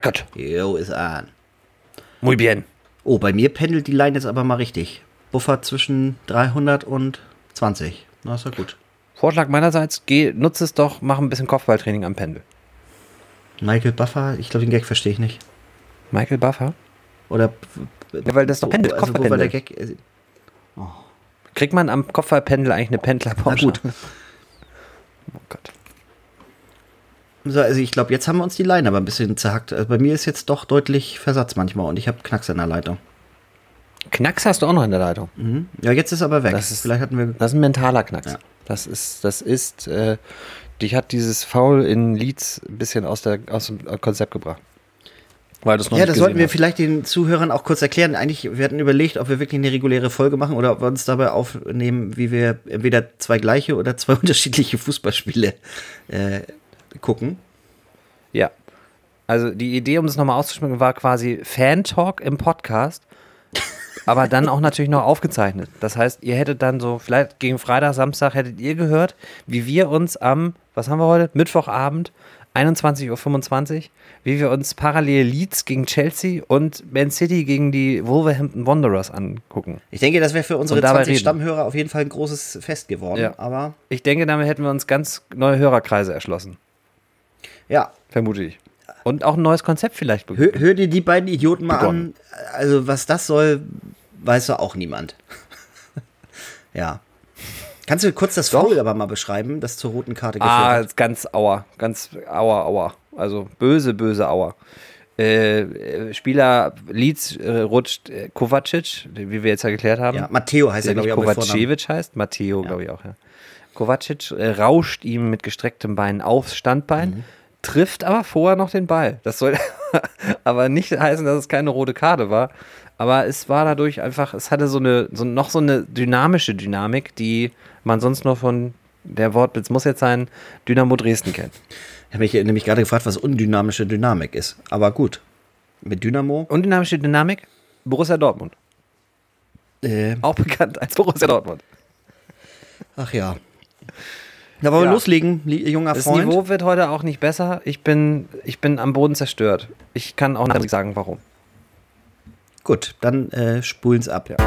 Gott. Jo, ist an. Muy bien. Oh, bei mir pendelt die Line jetzt aber mal richtig. Buffer zwischen 300 und 20. Na, ist ja gut. Vorschlag meinerseits, nutze es doch, mach ein bisschen Kopfballtraining am Pendel. Michael Buffer, ich glaube, den Gag verstehe ich nicht. Michael Buffer? Oder. Ja, weil das doch Pendel, also, wo war der Gag? Kriegt man am Kopfballpendel eigentlich eine Pendlerpause? Na gut. Oh Gott. So, also ich glaube, jetzt haben wir uns die Line aber ein bisschen zerhackt. Also bei mir ist jetzt doch deutlich Versatz manchmal und ich habe Knacks in der Leitung. Knacks hast du auch noch in der Leitung. Mhm. Ja, jetzt ist aber weg. Vielleicht hatten wir. Das ist ein mentaler Knacks. Ja. Das ist, dich hat dieses Foul in Leeds ein bisschen aus dem Konzept gebracht. Weil das noch ja, nicht das sollten wir hast. vielleicht den Zuhörern auch kurz erklären. Eigentlich, wir hatten überlegt, ob wir wirklich eine reguläre Folge machen oder ob wir uns dabei aufnehmen, wie wir entweder zwei gleiche oder zwei unterschiedliche Fußballspiele gucken. Ja. Also die Idee, um das nochmal auszuschmücken, war quasi Fan-Talk im Podcast, aber dann auch natürlich noch aufgezeichnet. Das heißt, ihr hättet dann so, vielleicht gegen Freitag, Samstag hättet ihr gehört, wie wir uns was haben wir heute? Mittwochabend, 21:25 Uhr, wie wir uns parallel Leeds gegen Chelsea und Man City gegen die Wolverhampton Wanderers angucken. Ich denke, das wäre für unsere 20 Stammhörer auf jeden Fall ein großes Fest geworden. Ja. Aber ich denke, damit hätten wir uns ganz neue Hörerkreise erschlossen. Ja. Vermute ich. Und auch ein neues Konzept vielleicht. Hör dir die beiden Idioten mal an. Also was das soll, weiß doch auch niemand. Ja. Kannst du kurz das Foul aber mal beschreiben, das zur roten Karte geführt hat? Ganz aua. Also böse, böse Aua. Spieler Leeds rutscht Kovacic, wie wir jetzt ja geklärt haben. Ja, Matteo heißt er, glaube ich, auch. Kovacevic heißt, Matteo, glaube ich auch, ja. Kovacic rauscht ihm mit gestrecktem Bein aufs Standbein, trifft aber vorher noch den Ball. Das soll aber nicht heißen, dass es keine rote Karte war. Aber es war dadurch einfach, es hatte noch so eine dynamische Dynamik, die man sonst nur von der Wortwitz muss jetzt sein, Dynamo Dresden kennt. Ich habe mich nämlich gerade gefragt, was undynamische Dynamik ist. Aber gut. Mit Dynamo. Undynamische Dynamik? Borussia Dortmund. Auch bekannt als Borussia Dortmund. Ach ja. Da wollen wir loslegen, junger Freund. Das Niveau wird heute auch nicht besser. Ich bin am Boden zerstört. Ich kann auch nicht sagen, warum. Gut, dann spulen's ab. Ja.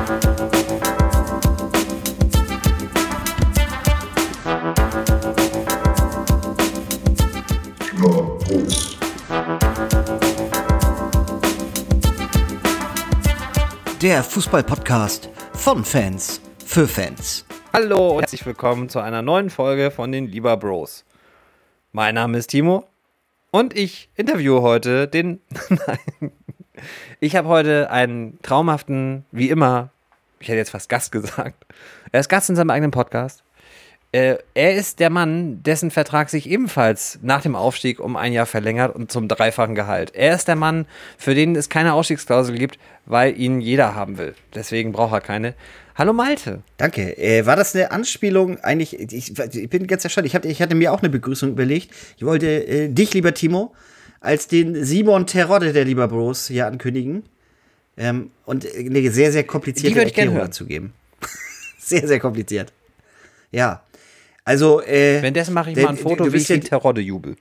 Der Fußball-Podcast von Fans für Fans. Hallo und herzlich willkommen zu einer neuen Folge von den Lieber Bros. Mein Name ist Timo und ich interviewe heute den... Nein. Ich habe heute einen traumhaften, wie immer, ich hätte jetzt fast Gast gesagt, er ist Gast in seinem eigenen Podcast. Er ist der Mann, dessen Vertrag sich ebenfalls nach dem Aufstieg um ein Jahr verlängert und zum dreifachen Gehalt. Er ist der Mann, für den es keine Ausstiegsklausel gibt, weil ihn jeder haben will. Deswegen braucht er keine. Hallo Malte. Danke. War das eine Anspielung? Eigentlich, ich bin ganz erstaunt. Ich hatte mir auch eine Begrüßung überlegt. Ich wollte dich, lieber Timo, als den Simon Terodde der Lieber Bros hier ankündigen und eine sehr, sehr komplizierte Erklärung dazu geben. Sehr, sehr kompliziert. Ja. Also, währenddessen mache ich mal ein Foto, wie ich den Terodde-Jubel.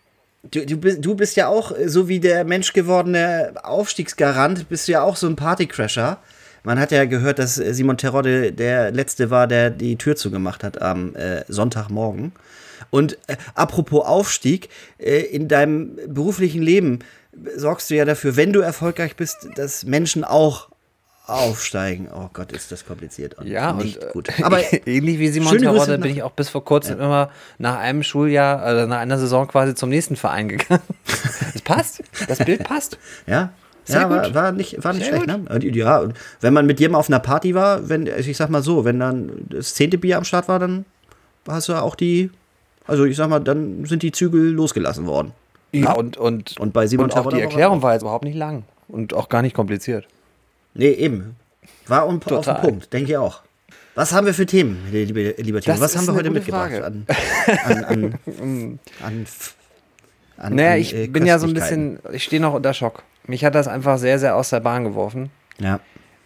Du bist ja auch, so wie der menschgewordene Aufstiegsgarant, bist du ja auch so ein Partycrasher. Man hat ja gehört, dass Simon Terodde der Letzte war, der die Tür zugemacht hat am Sonntagmorgen. Und apropos Aufstieg, in deinem beruflichen Leben sorgst du ja dafür, wenn du erfolgreich bist, dass Menschen auch aufsteigen. Oh Gott, ist das kompliziert. Und ja, nicht gut. Aber ähnlich wie Simon Terodde bin ich auch bis vor kurzem immer nach einem Schuljahr, also nach einer Saison quasi zum nächsten Verein gegangen. Das passt. Das Bild passt. Ja. Sehr gut. War nicht schlecht, ne? Ja, und wenn man mit jemandem auf einer Party war, ich sag mal so, wenn dann das 10. Bier am Start war, dann hast du auch dann sind die Zügel losgelassen worden. Ja, und bei Simon und auch die Erklärung war jetzt überhaupt nicht lang und auch gar nicht kompliziert. Nee, eben. War auf den Punkt, denke ich auch. Was haben wir für Themen, lieber Timo? Was haben wir heute mitgebracht? Naja, ich bin ja so ein bisschen, ich stehe noch unter Schock. Mich hat das einfach sehr, sehr aus der Bahn geworfen. Ja.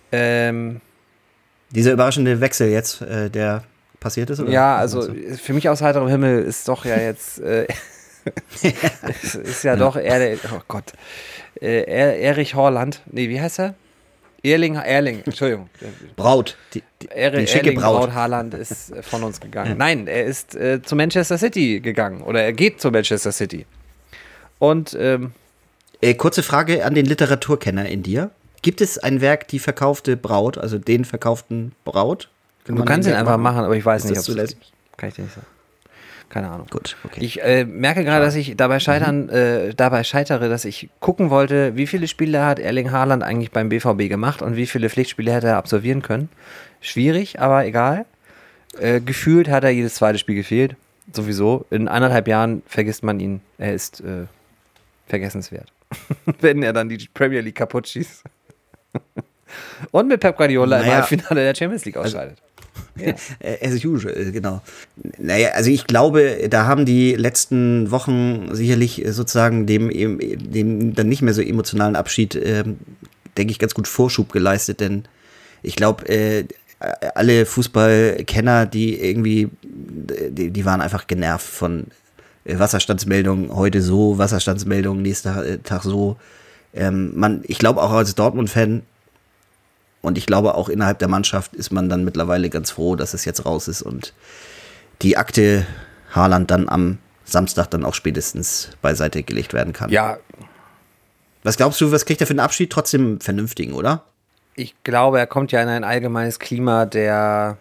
Dieser überraschende Wechsel jetzt, der passiert ist? Oder? Ja, also für mich aus heiterem Himmel ist doch ja jetzt Es ist ja doch eher, oh Gott, Erich Haaland, nee, wie heißt er? Erling, Entschuldigung. Braut. Die schicke Erling Braut. Braut Haaland ist von uns gegangen. Nein, er ist zu Manchester City gegangen oder er geht zu Manchester City. Und Kurze Frage an den Literaturkenner in dir. Gibt es ein Werk, die verkaufte Braut, also den verkauften Braut? du kannst ihn einfach machen, aber ich weiß Ist nicht, das ob zulässig? kann ich dir nicht sagen. Keine Ahnung. Gut, okay. Ich merke gerade, dass ich dabei scheitere, dass ich gucken wollte, wie viele Spiele hat Erling Haaland eigentlich beim BVB gemacht und wie viele Pflichtspiele hätte er absolvieren können. Schwierig, aber egal. Gefühlt hat er jedes zweite Spiel gefehlt. Sowieso. In 1,5 Jahren vergisst man ihn. Er ist vergessenswert. Wenn er dann die Premier League kaputt schießt. Und mit Pep Guardiola im Halbfinale der Champions League ausscheidet. Ja. As usual, genau. Naja, also ich glaube, da haben die letzten Wochen sicherlich sozusagen dem dann nicht mehr so emotionalen Abschied, denke ich, ganz gut Vorschub geleistet, denn ich glaube, alle Fußballkenner, die waren einfach genervt von Wasserstandsmeldungen, heute so, Wasserstandsmeldungen, nächster Tag so. Ich glaube auch als Dortmund-Fan, und ich glaube, auch innerhalb der Mannschaft ist man dann mittlerweile ganz froh, dass es jetzt raus ist und die Akte Haaland dann am Samstag dann auch spätestens beiseite gelegt werden kann. Ja. Was glaubst du, was kriegt er für einen Abschied? Trotzdem vernünftigen, oder? Ich glaube, er kommt ja in ein allgemeines Klima der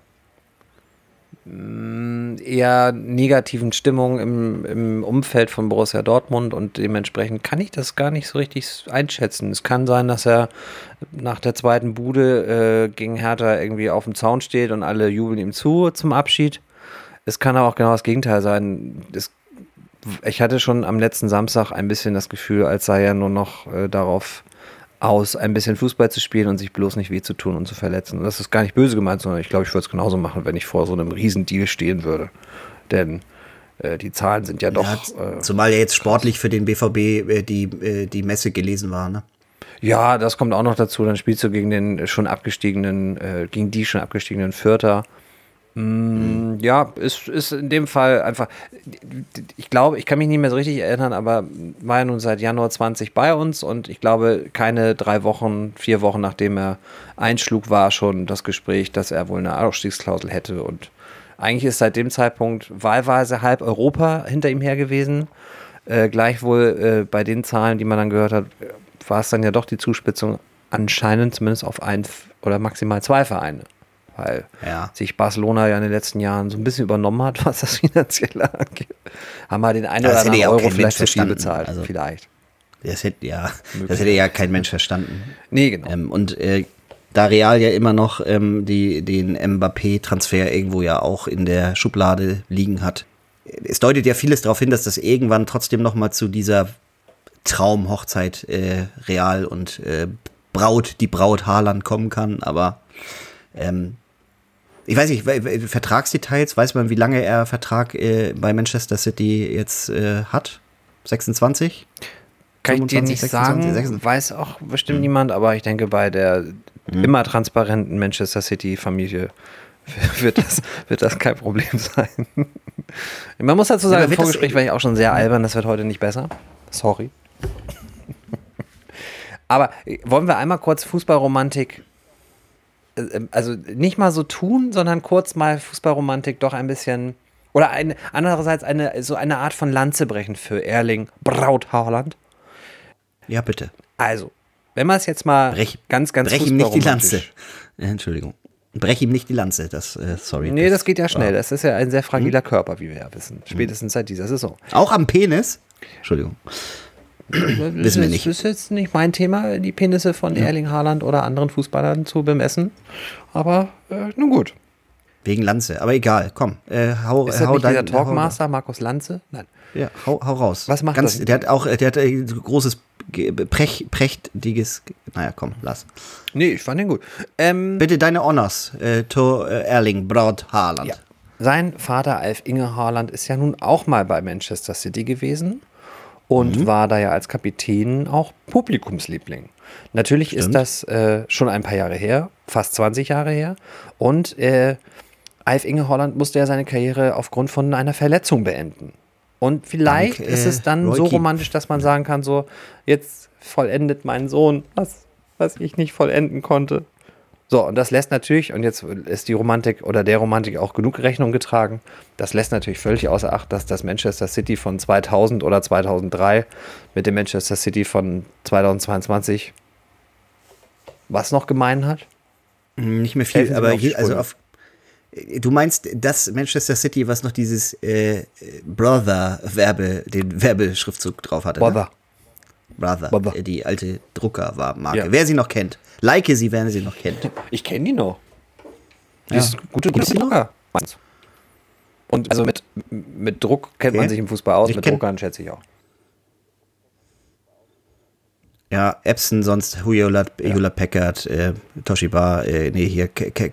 eher negativen Stimmung im Umfeld von Borussia Dortmund und dementsprechend kann ich das gar nicht so richtig einschätzen. Es kann sein, dass er nach der zweiten Bude gegen Hertha irgendwie auf dem Zaun steht und alle jubeln ihm zu zum Abschied. Es kann aber auch genau das Gegenteil sein. Ich hatte schon am letzten Samstag ein bisschen das Gefühl, als sei er nur noch darauf aus, ein bisschen Fußball zu spielen und sich bloß nicht weh zu tun und zu verletzen. Und das ist gar nicht böse gemeint, sondern ich glaube, ich würde es genauso machen, wenn ich vor so einem Riesendeal stehen würde. Denn die Zahlen sind ja doch... zumal ja jetzt sportlich für den BVB die Messe gelesen war, ne? Ja, das kommt auch noch dazu. Dann spielst du gegen die schon abgestiegenen Fürther. Ja, ist in dem Fall einfach, ich glaube, ich kann mich nicht mehr so richtig erinnern, aber war ja nun seit Januar 20 bei uns und ich glaube, keine 3 Wochen, 4 Wochen, nachdem er einschlug, war schon das Gespräch, dass er wohl eine Ausstiegsklausel hätte und eigentlich ist seit dem Zeitpunkt wahlweise halb Europa hinter ihm her gewesen. Gleichwohl bei den Zahlen, die man dann gehört hat, war es dann ja doch die Zuspitzung anscheinend zumindest auf 1 oder maximal 2 Vereine. Weil sich Barcelona ja in den letzten Jahren so ein bisschen übernommen hat, was das Finanzielle angeht. Haben wir den einen oder anderen Euro vielleicht zu viel bezahlt, also, vielleicht. Das hätte ja kein Mensch verstanden. Nee, genau. Und da Real ja immer noch den Mbappé-Transfer irgendwo ja auch in der Schublade liegen hat. Es deutet ja vieles darauf hin, dass das irgendwann trotzdem noch mal zu dieser Traumhochzeit Real und die Braut Haaland kommen kann, aber ich weiß nicht, Vertragsdetails, weiß man, wie lange er Vertrag bei Manchester City jetzt hat? 26? Kann ich dir nicht 26, sagen, 26. Weiß auch bestimmt niemand, aber ich denke, bei der immer transparenten Manchester City-Familie wird das kein Problem sein. Man muss dazu sagen, im Vorgespräch war ich auch schon sehr albern, das wird heute nicht besser. Sorry. Aber wollen wir einmal kurz Fußballromantik, also nicht mal so tun, sondern kurz mal Fußballromantik doch ein bisschen, oder andererseits so eine Art von Lanze brechen für Erling Braut Haaland. Ja, bitte. Also, wenn man es jetzt mal ganz brech ihm nicht die Lanze. Entschuldigung. Brech ihm nicht die Lanze, sorry. Nee, das geht ja schnell. Das ist ja ein sehr fragiler Körper, wie wir ja wissen. Spätestens seit dieser Saison. Auch am Penis? Entschuldigung. Wissen wir nicht. Das ist jetzt nicht mein Thema, die Penisse von Erling Haaland oder anderen Fußballern zu bemessen. Aber nun gut. Wegen Lanze, aber egal, komm. Ist das nicht dieser Talkmaster, Markus Lanze? Nein. Ja, hau raus. Was macht das? Der hat ein großes, prächtiges, naja, komm, lass. Nee, ich fand den gut. Bitte deine Honors, Erling Braut Haaland. Ja. Sein Vater Alf Inge Haaland ist ja nun auch mal bei Manchester City gewesen. Und war da ja als Kapitän auch Publikumsliebling. Natürlich ist das schon ein paar Jahre her, fast 20 Jahre her. Und Alf Inge Haaland musste ja seine Karriere aufgrund von einer Verletzung beenden. Und vielleicht Dank, ist es dann Roy so Keane. romantisch, dass man sagen kann, so, jetzt vollendet mein Sohn, was ich nicht vollenden konnte. So, und das lässt natürlich, und jetzt ist die Romantik oder der Romantik auch genug Rechnung getragen, das lässt natürlich völlig außer Acht, dass das Manchester City von 2000 oder 2003 mit dem Manchester City von 2022 was noch gemein hat? Nicht mehr viel, Helfen Sie aber mir auf die Sprünge. du meinst das Manchester City, was noch dieses den Werbeschriftzug drauf hatte, ne? Brother. Die alte Druckermarke. Ja. Wer sie noch kennt. Like sie, wenn sie noch kennt. Ich kenne die noch. Die Ja. ist gute Gibt's die noch? Drucker. Und also mit Druck kennt man Okay. sich im Fußball aus, Ich mit kenn- Druckern schätze ich auch. Ja, Epson, sonst Hewlett Packard, Toshiba, hier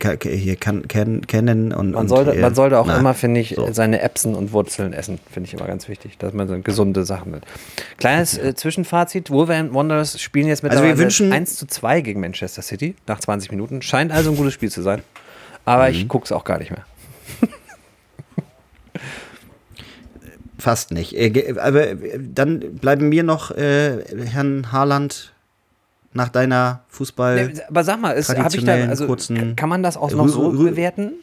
Canon und Man sollte auch na, immer, finde ich, so. seine Erbsen und Wurzeln essen. Finde ich immer ganz wichtig, dass man so gesunde Sachen hat. Kleines Zwischenfazit: Wolverhampton Wanderers spielen jetzt Also wir mittlerweile wünschen- 1:2 gegen Manchester City nach 20 Minuten. Scheint also ein gutes Spiel zu sein. Aber ich gucke es auch gar nicht mehr. Fast nicht. Aber dann bleiben mir noch Herrn Haaland nach deiner Fußball. Aber sag mal, habe ich da, traditionellen, also kurzen kann man das auch noch so Rü- bewerten?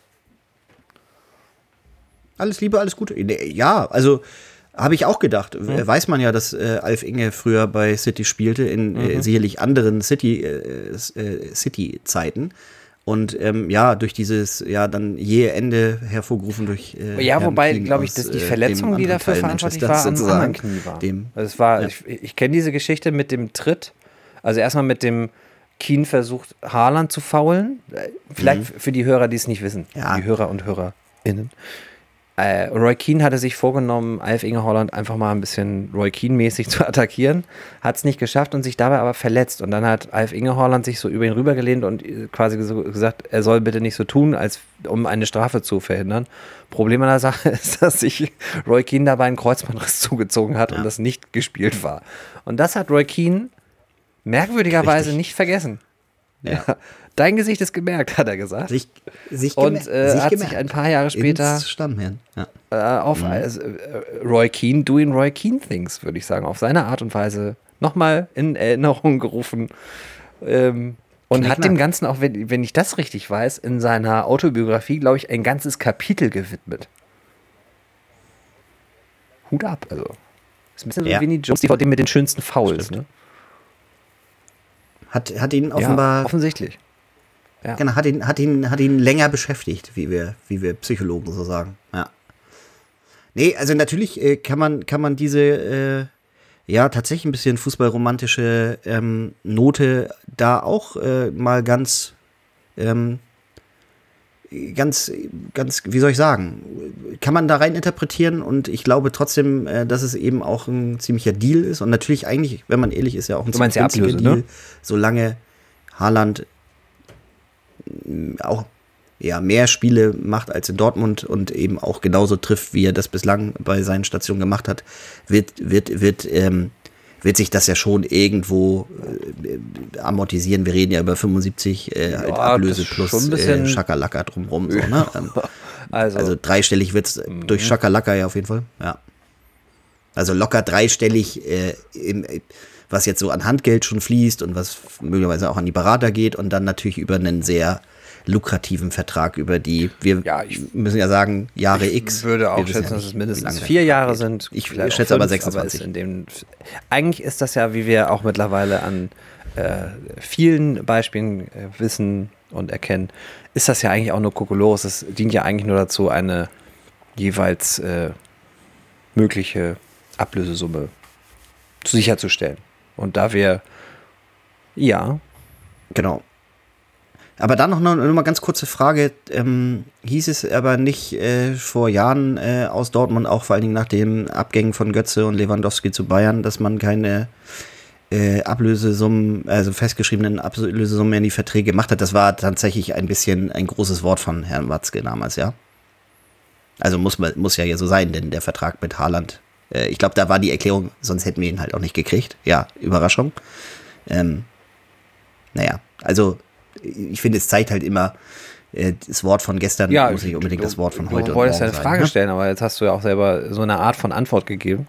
Alles Liebe, alles Gute. Ja, also habe ich auch gedacht. Weiß man ja, dass Alf Inge früher bei City spielte, in sicherlich anderen City-Zeiten. Und ja, durch dieses dann jähe Ende hervorgerufen durch Ja, Herrn wobei, Keane glaube ich, aus, dass die dem Verletzung, die anderen dafür Teil verantwortlich Manchesters war, am sozusagen, anderen Knie war. dem Also es war, Ja. ich kenne diese Geschichte mit dem Tritt. Also erstmal mit dem Keane versucht, Haaland zu faulen. Vielleicht für die Hörer, die es nicht wissen. Ja. Die Hörer und HörerInnen. Roy Keane hatte sich vorgenommen, Alf Inge Haaland einfach mal ein bisschen Roy Keane-mäßig zu attackieren. Hat es nicht geschafft und sich dabei aber verletzt. Und dann hat Alf Inge Haaland sich so über ihn rübergelehnt und quasi so gesagt, er soll bitte nicht so tun, als um eine Strafe zu verhindern. Problem an der Sache ist, dass sich Roy Keane dabei einen Kreuzbandriss zugezogen hat und das nicht gespielt war. Und das hat Roy Keane merkwürdigerweise Richtig. nicht vergessen. Ja. Dein Gesicht ist gemerkt, hat er gesagt. sich Und sich hat sich gemerkt. ein paar Jahre später Ins Stammhirn. Ja. auf Roy Keane doing Roy Keane things, würde ich sagen, auf seine Art und Weise nochmal in Erinnerung gerufen. Und hat Knickknack. dem Ganzen auch, wenn ich das richtig weiß, in seiner Autobiografie, glaube ich, ein ganzes Kapitel gewidmet. Hut ab, also. Ist ein bisschen Ja. so Vinnie Jones, die mit den schönsten Fouls, ne? Hat ihn offenbar Ja, offensichtlich. Genau, hat ihn länger beschäftigt, wie wir Psychologen so sagen. Ja. Nee, also natürlich kann man diese tatsächlich ein bisschen fußballromantische Note da auch mal ganz, wie soll ich sagen, kann man da rein interpretieren, und ich glaube trotzdem, dass es eben auch ein ziemlicher Deal ist, und natürlich eigentlich, wenn man ehrlich ist, ja auch ein Du meinst ziemlich die günstiger Ablöse, Deal, ne? solange Haaland auch mehr Spiele macht als in Dortmund und eben auch genauso trifft, wie er das bislang bei seinen Stationen gemacht hat, wird sich das ja schon irgendwo amortisieren. Wir reden ja über 75 Ablöse das ist plus schon ein bisschen- Schakalaka drumrum. So, ne? Also, dreistellig wird es durch Schakalaka ja auf jeden Fall. Ja. Also locker dreistellig, was jetzt so an Handgeld schon fließt und was möglicherweise auch an die Berater geht, und dann natürlich über einen sehr lukrativen Vertrag, über die wir müssen ja sagen, Jahre X. ich würde auch Wir wissen schätzen, ja dass nicht, es wie mindestens lange 4 der Jahre Vertrag geht. sind. Ich vielleicht auch schätze aber 5, 26. Eigentlich ist das ja, wie wir auch mittlerweile an vielen Beispielen wissen und erkennen, ist das ja eigentlich auch nur Kokolores. Es dient ja eigentlich nur dazu, eine jeweils mögliche Ablösesumme sicherzustellen. Und da wir, Genau. Aber dann noch mal ganz kurze Frage. Hieß es aber nicht vor Jahren aus Dortmund, auch vor allen Dingen nach den Abgängen von Götze und Lewandowski zu Bayern, dass man keine Ablösesummen, also festgeschriebenen Ablösesummen mehr in die Verträge gemacht hat? Das war tatsächlich ein bisschen ein großes Wort von Herrn Watzke damals, ja? Also muss ja so sein, denn der Vertrag mit Haaland, ich glaube, da war die Erklärung, sonst hätten wir ihn halt auch nicht gekriegt. Ja, Überraschung. Naja, also ich finde, es zeigt halt immer, das Wort von gestern muss nicht unbedingt das Wort von heute Du wolltest ja eine sein, Frage ne? stellen, aber jetzt hast du ja auch selber so eine Art von Antwort gegeben.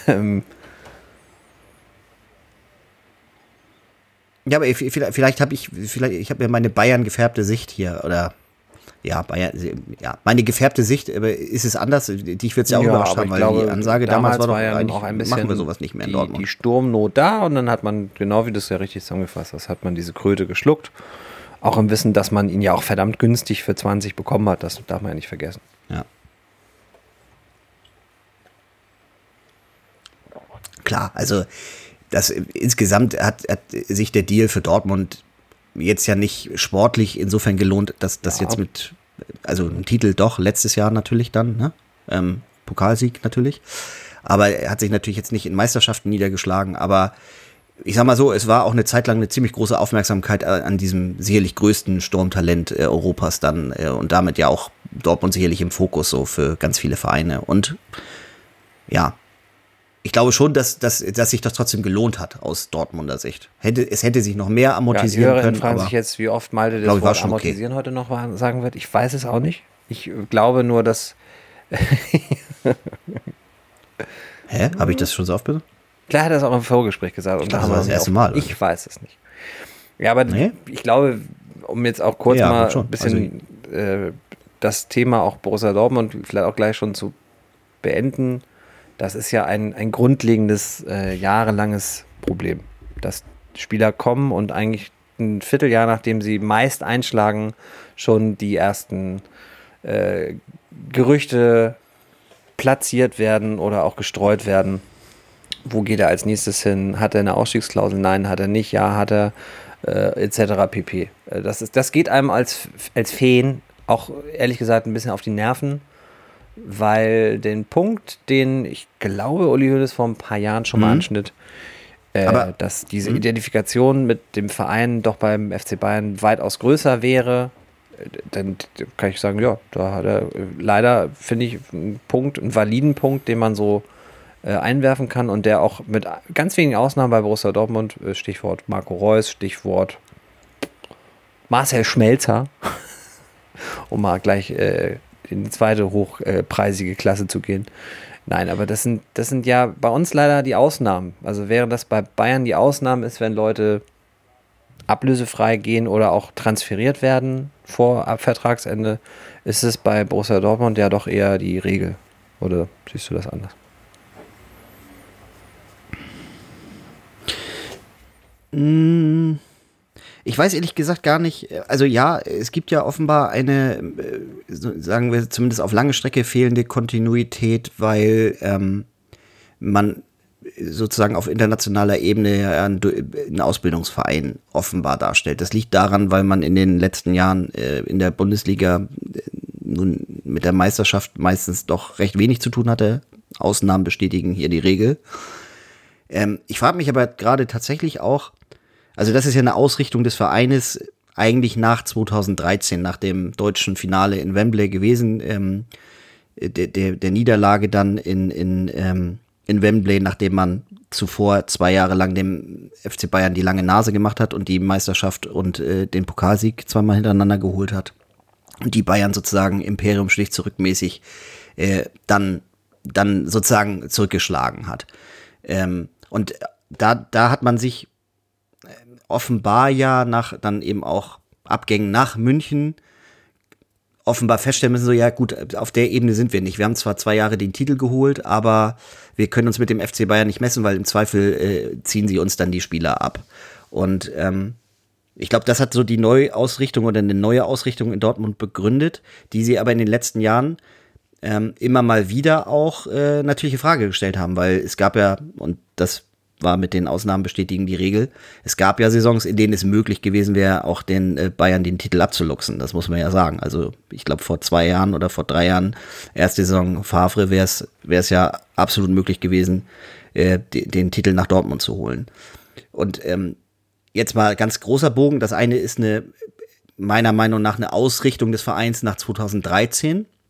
Ja, aber vielleicht habe ich mir meine Bayern gefärbte Sicht hier, oder ja, meine gefärbte Sicht, aber ist es anders? Dich wird es ja auch überrascht haben, weil glaube, die Ansage damals war doch ja eigentlich, auch ein bisschen machen wir sowas nicht mehr in Dortmund. Die Sturmnot da und dann hat man, genau wie du es ja richtig zusammengefasst hast, hat man diese Kröte geschluckt. Auch im Wissen, dass man ihn ja auch verdammt günstig für 20 bekommen hat, das darf man ja nicht vergessen. Ja. Klar, also insgesamt hat sich der Deal für Dortmund jetzt ja nicht sportlich insofern gelohnt, dass das jetzt also ein Titel doch, letztes Jahr natürlich dann, ne? Pokalsieg natürlich, aber er hat sich natürlich jetzt nicht in Meisterschaften niedergeschlagen, aber ich sag mal so, es war auch eine Zeit lang eine ziemlich große Aufmerksamkeit an diesem sicherlich größten Sturmtalent Europas dann und damit ja auch Dortmund sicherlich im Fokus so für ganz viele Vereine und ja, ich glaube schon, dass sich das trotzdem gelohnt hat aus Dortmunder Sicht. Es hätte sich noch mehr amortisieren können. Die fragen sich jetzt, wie oft Malte das Wort amortisieren heute noch sagen wird. Ich weiß es auch nicht. Ich glaube nur, dass... Hä? Habe ich das schon so oft gesagt? Klar hat er es auch im Vorgespräch gesagt. Und das war das erste Mal. Ich weiß es nicht. Ja, aber ich glaube, um jetzt auch kurz mal ein bisschen das Thema auch Borussia Dortmund vielleicht auch gleich schon zu beenden. Das ist ja ein grundlegendes, jahrelanges Problem, dass Spieler kommen und eigentlich ein Vierteljahr, nachdem sie meist einschlagen, schon die ersten Gerüchte platziert werden oder auch gestreut werden. Wo geht er als nächstes hin? Hat er eine Ausstiegsklausel? Nein, hat er nicht. Ja, hat er, etc. pp. Das geht einem als Fan auch ehrlich gesagt ein bisschen auf die Nerven. Weil den Punkt, den ich glaube, Uli Hoeneß vor ein paar Jahren schon mal anschnitt, dass diese Identifikation mit dem Verein doch beim FC Bayern weitaus größer wäre, dann kann ich sagen, ja, da hat er leider, finde ich, einen validen Punkt, den man so einwerfen kann und der auch mit ganz wenigen Ausnahmen bei Borussia Dortmund, Stichwort Marco Reus, Stichwort Marcel Schmelzer, um mal gleich in die zweite hochpreisige Klasse zu gehen. Nein, aber das sind ja bei uns leider die Ausnahmen. Also während das bei Bayern die Ausnahme ist, wenn Leute ablösefrei gehen oder auch transferiert werden vor Vertragsende, ist es bei Borussia Dortmund ja doch eher die Regel. Oder siehst du das anders? Ich weiß ehrlich gesagt gar nicht, also ja, es gibt ja offenbar eine, sagen wir zumindest auf lange Strecke fehlende Kontinuität, weil man sozusagen auf internationaler Ebene einen Ausbildungsverein offenbar darstellt. Das liegt daran, weil man in den letzten Jahren in der Bundesliga nun mit der Meisterschaft meistens doch recht wenig zu tun hatte. Ausnahmen bestätigen hier die Regel. Ich frage mich aber gerade tatsächlich auch, also das ist ja eine Ausrichtung des Vereines eigentlich nach 2013, nach dem deutschen Finale in Wembley gewesen, der Niederlage dann in Wembley, nachdem man zuvor 2 Jahre lang dem FC Bayern die lange Nase gemacht hat und die Meisterschaft und den Pokalsieg zweimal hintereinander geholt hat und die Bayern sozusagen Imperium Stich zurückmäßig dann sozusagen zurückgeschlagen hat. Und da hat man sich offenbar ja nach dann eben auch Abgängen nach München offenbar feststellen müssen, so ja gut, auf der Ebene sind wir nicht. Wir haben zwar 2 Jahre den Titel geholt, aber wir können uns mit dem FC Bayern nicht messen, weil im Zweifel ziehen sie uns dann die Spieler ab. Und ich glaube, das hat so die Neuausrichtung oder eine neue Ausrichtung in Dortmund begründet, die sie aber in den letzten Jahren immer mal wieder auch natürlich in Frage gestellt haben, weil es gab ja, und das war mit den Ausnahmen bestätigen die Regel, es gab ja Saisons, in denen es möglich gewesen wäre, auch den Bayern den Titel abzuluxen, das muss man ja sagen. Also ich glaube vor 2 Jahren oder vor 3 Jahren, erste Saison Favre, wäre es ja absolut möglich gewesen, den Titel nach Dortmund zu holen. Und jetzt mal ganz großer Bogen, das eine ist meiner Meinung nach eine Ausrichtung des Vereins nach 2013,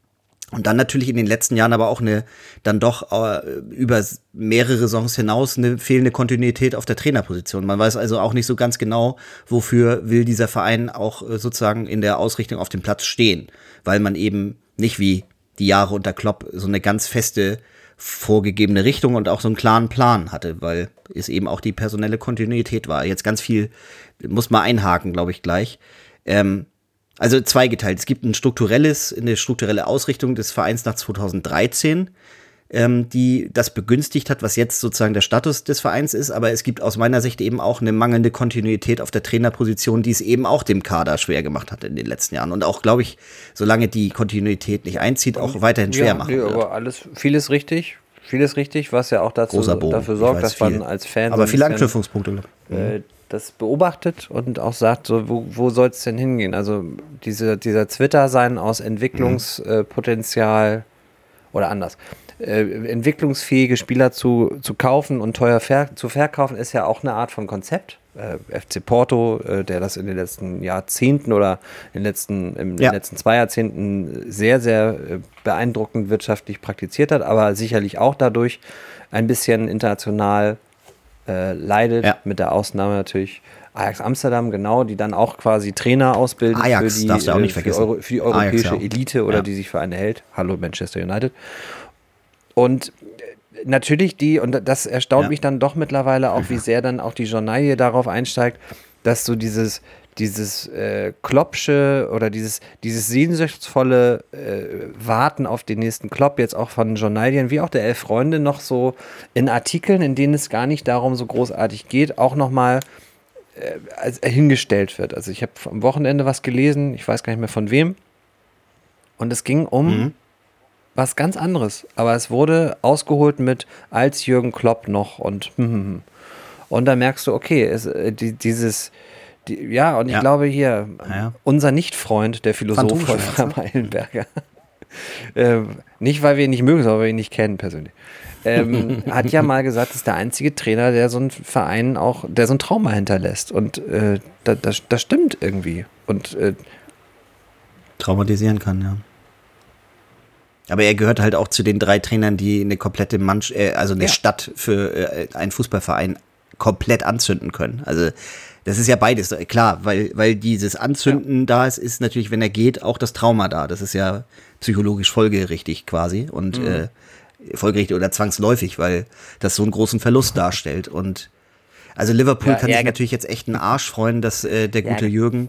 Und dann natürlich in den letzten Jahren aber auch dann doch über mehrere Saisons hinaus eine fehlende Kontinuität auf der Trainerposition. Man weiß also auch nicht so ganz genau, wofür will dieser Verein auch sozusagen in der Ausrichtung auf dem Platz stehen. Weil man eben nicht wie die Jahre unter Klopp so eine ganz feste vorgegebene Richtung und auch so einen klaren Plan hatte, weil es eben auch die personelle Kontinuität war. Jetzt ganz viel, muss man einhaken, glaube ich, gleich. Also zweigeteilt. Es gibt eine strukturelle Ausrichtung des Vereins nach 2013, die das begünstigt hat, was jetzt sozusagen der Status des Vereins ist. Aber es gibt aus meiner Sicht eben auch eine mangelnde Kontinuität auf der Trainerposition, die es eben auch dem Kader schwer gemacht hat in den letzten Jahren. Und auch, glaube ich, solange die Kontinuität nicht einzieht, auch weiterhin schwer machen wird. Aber vieles richtig, was ja auch dafür sorgt, dass man als Fan aber viele Anknüpfungspunkte. Das beobachtet und auch sagt, so, wo soll es denn hingehen? Also dieser Twitter-Sein aus Entwicklungspotenzial oder anders. Entwicklungsfähige Spieler zu kaufen und teuer zu verkaufen, ist ja auch eine Art von Konzept. FC Porto, der das in den letzten Jahrzehnten oder in den letzten 2 Jahrzehnten sehr, sehr beeindruckend wirtschaftlich praktiziert hat, aber sicherlich auch dadurch ein bisschen international leidet, mit der Ausnahme natürlich Ajax Amsterdam, genau, die dann auch quasi Trainer ausbilden Ajax, für darfst du auch nicht vergessen. Für die europäische Ajax, Elite oder die sich für eine hält. Hallo Manchester United. Und natürlich und das erstaunt mich dann doch mittlerweile auch, wie sehr dann auch die Journalie darauf einsteigt, dass so dieses Kloppsche oder dieses sehnsuchtsvolle Warten auf den nächsten Klopp jetzt auch von Journalien wie auch der Elf Freunde noch so in Artikeln, in denen es gar nicht darum so großartig geht, auch nochmal hingestellt wird. Also ich habe am Wochenende was gelesen, ich weiß gar nicht mehr von wem, und es ging um was ganz anderes, aber es wurde ausgeholt mit als Jürgen Klopp noch und da merkst du, okay, ich glaube hier, unser Nicht-Freund, der Philosoph Wolfram Eilenberger, nicht, weil wir ihn nicht mögen, sondern weil wir ihn nicht kennen persönlich, hat ja mal gesagt, das ist der einzige Trainer, der so einen Verein auch, der so ein Trauma hinterlässt. Und das stimmt irgendwie. Und traumatisieren kann, ja. Aber er gehört halt auch zu den 3 Trainern, die eine komplette Stadt für einen Fußballverein komplett anzünden können. Also das ist ja beides, klar, weil dieses Anzünden da ist natürlich, wenn er geht, auch das Trauma da. Das ist ja psychologisch folgerichtig quasi und folgerichtig oder zwangsläufig, weil das so einen großen Verlust darstellt. Und also Liverpool kann sich natürlich jetzt echt einen Arsch freuen, dass der gute Jürgen,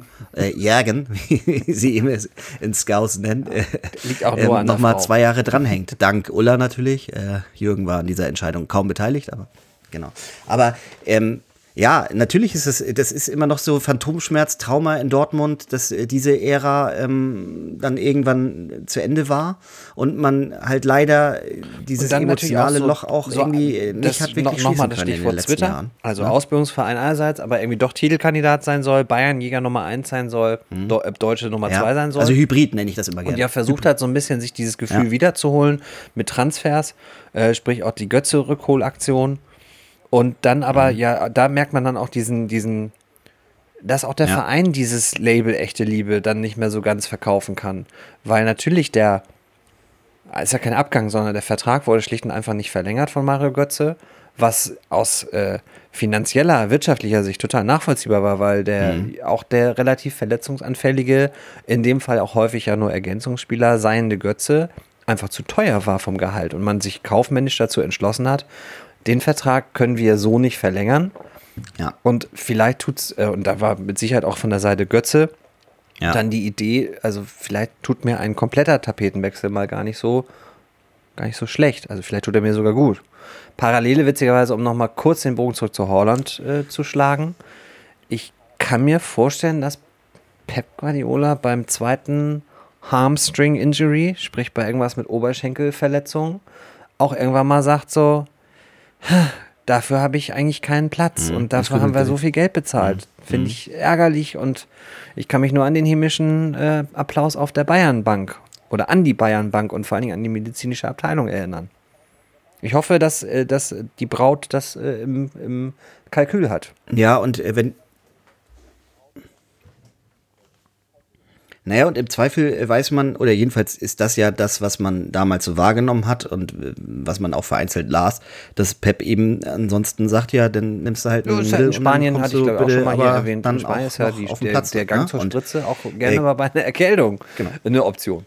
wie sie ihn in Scouse nennen, liegt auch nur an nochmal 2 Jahre dranhängt. Dank Ulla natürlich. Jürgen war an dieser Entscheidung kaum beteiligt, aber genau. Aber natürlich das ist immer noch so Phantomschmerz, Trauma in Dortmund, dass diese Ära dann irgendwann zu Ende war und man halt leider dieses emotionale Loch auch irgendwie nicht hat wirklich schließen können in den letzten Jahren. Also Ausbildungsverein einerseits, aber irgendwie doch Titelkandidat sein soll, Bayernjäger Nummer 1 sein soll, Deutsche Nummer 2 sein soll. Also Hybrid nenne ich das immer gerne. Und versucht hat so ein bisschen sich dieses Gefühl wiederzuholen mit Transfers, sprich auch die Götze-Rückholaktion. Und dann aber, da merkt man dann auch dass auch der Verein dieses Label echte Liebe dann nicht mehr so ganz verkaufen kann. Weil natürlich ist ja kein Abgang, sondern der Vertrag wurde schlicht und einfach nicht verlängert von Mario Götze, was aus finanzieller, wirtschaftlicher Sicht total nachvollziehbar war, weil auch der relativ verletzungsanfällige, in dem Fall auch häufig ja nur Ergänzungsspieler seiende Götze einfach zu teuer war vom Gehalt und man sich kaufmännisch dazu entschlossen hat, den Vertrag können wir so nicht verlängern. Ja. Und vielleicht tut's, und da war mit Sicherheit auch von der Seite Götze dann die Idee, also vielleicht tut mir ein kompletter Tapetenwechsel mal gar nicht so schlecht. Also vielleicht tut er mir sogar gut. Parallele, witzigerweise, um nochmal kurz den Bogen zurück zu Haaland zu schlagen. Ich kann mir vorstellen, dass Pep Guardiola beim zweiten Hamstring-Injury, sprich bei irgendwas mit Oberschenkelverletzung, auch irgendwann mal sagt so, dafür habe ich eigentlich keinen Platz und dafür haben wir so viel Geld bezahlt. Finde ich ärgerlich und ich kann mich nur an den hämischen Applaus auf der Bayernbank oder an die Bayernbank und vor allen Dingen an die medizinische Abteilung erinnern. Ich hoffe, dass die Braut das im Kalkül hat. Ja, und Naja, und im Zweifel weiß man, oder jedenfalls ist das ja das, was man damals so wahrgenommen hat und was man auch vereinzelt las, dass Pep eben ansonsten sagt, ja, dann nimmst du halt ein Mittel. In Spanien hatte ich, glaube ich, auch schon mal hier erwähnt. In Spanien ist ja der Gang zur Spritze auch gerne mal bei einer Erkältung eine Option.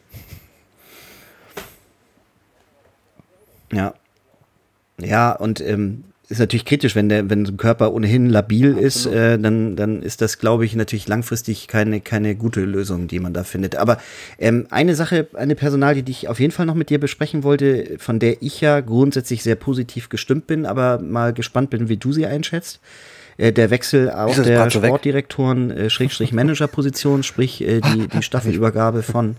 Ja. Ja, und ist natürlich kritisch, wenn so ein Körper ohnehin labil ist, dann ist das, glaube ich, natürlich langfristig keine gute Lösung, die man da findet. Aber eine Sache, eine Personalie, die ich auf jeden Fall noch mit dir besprechen wollte, von der ich ja grundsätzlich sehr positiv gestimmt bin, aber mal gespannt bin, wie du sie einschätzt. Der Wechsel auf der Sportdirektoren Managerposition, sprich die Staffelübergabe von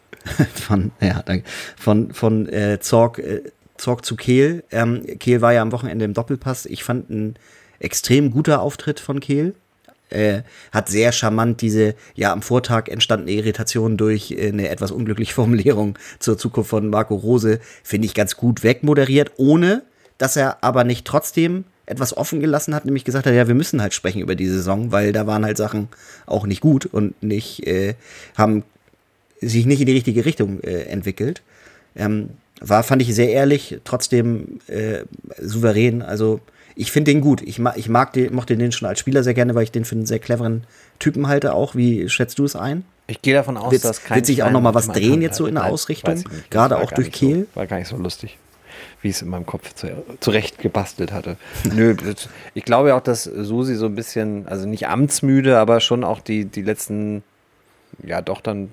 Zorc zu Kehl. Kehl war ja am Wochenende im Doppelpass. Ich fand ein extrem guter Auftritt von Kehl. Hat sehr charmant diese am Vortag entstandene Irritation durch eine etwas unglückliche Formulierung zur Zukunft von Marco Rose, finde ich, ganz gut wegmoderiert, ohne dass er aber nicht trotzdem etwas offen gelassen hat, nämlich gesagt hat, ja, wir müssen halt sprechen über die Saison, weil da waren halt Sachen auch nicht gut und haben sich nicht in die richtige Richtung entwickelt. Fand ich sehr ehrlich, trotzdem souverän. Also ich finde den gut. Ich mochte den schon als Spieler sehr gerne, weil ich den für einen sehr cleveren Typen halte auch. Wie schätzt du es ein? Ich gehe davon aus, dass wird sich auch noch mal was drehen jetzt so in der Ausrichtung? Gerade auch durch Kehl? War gar nicht so lustig, wie ich es in meinem Kopf zurecht gebastelt hatte. Nö, ich glaube ja auch, dass Susi so ein bisschen, also nicht amtsmüde, aber schon auch die letzten, ja doch dann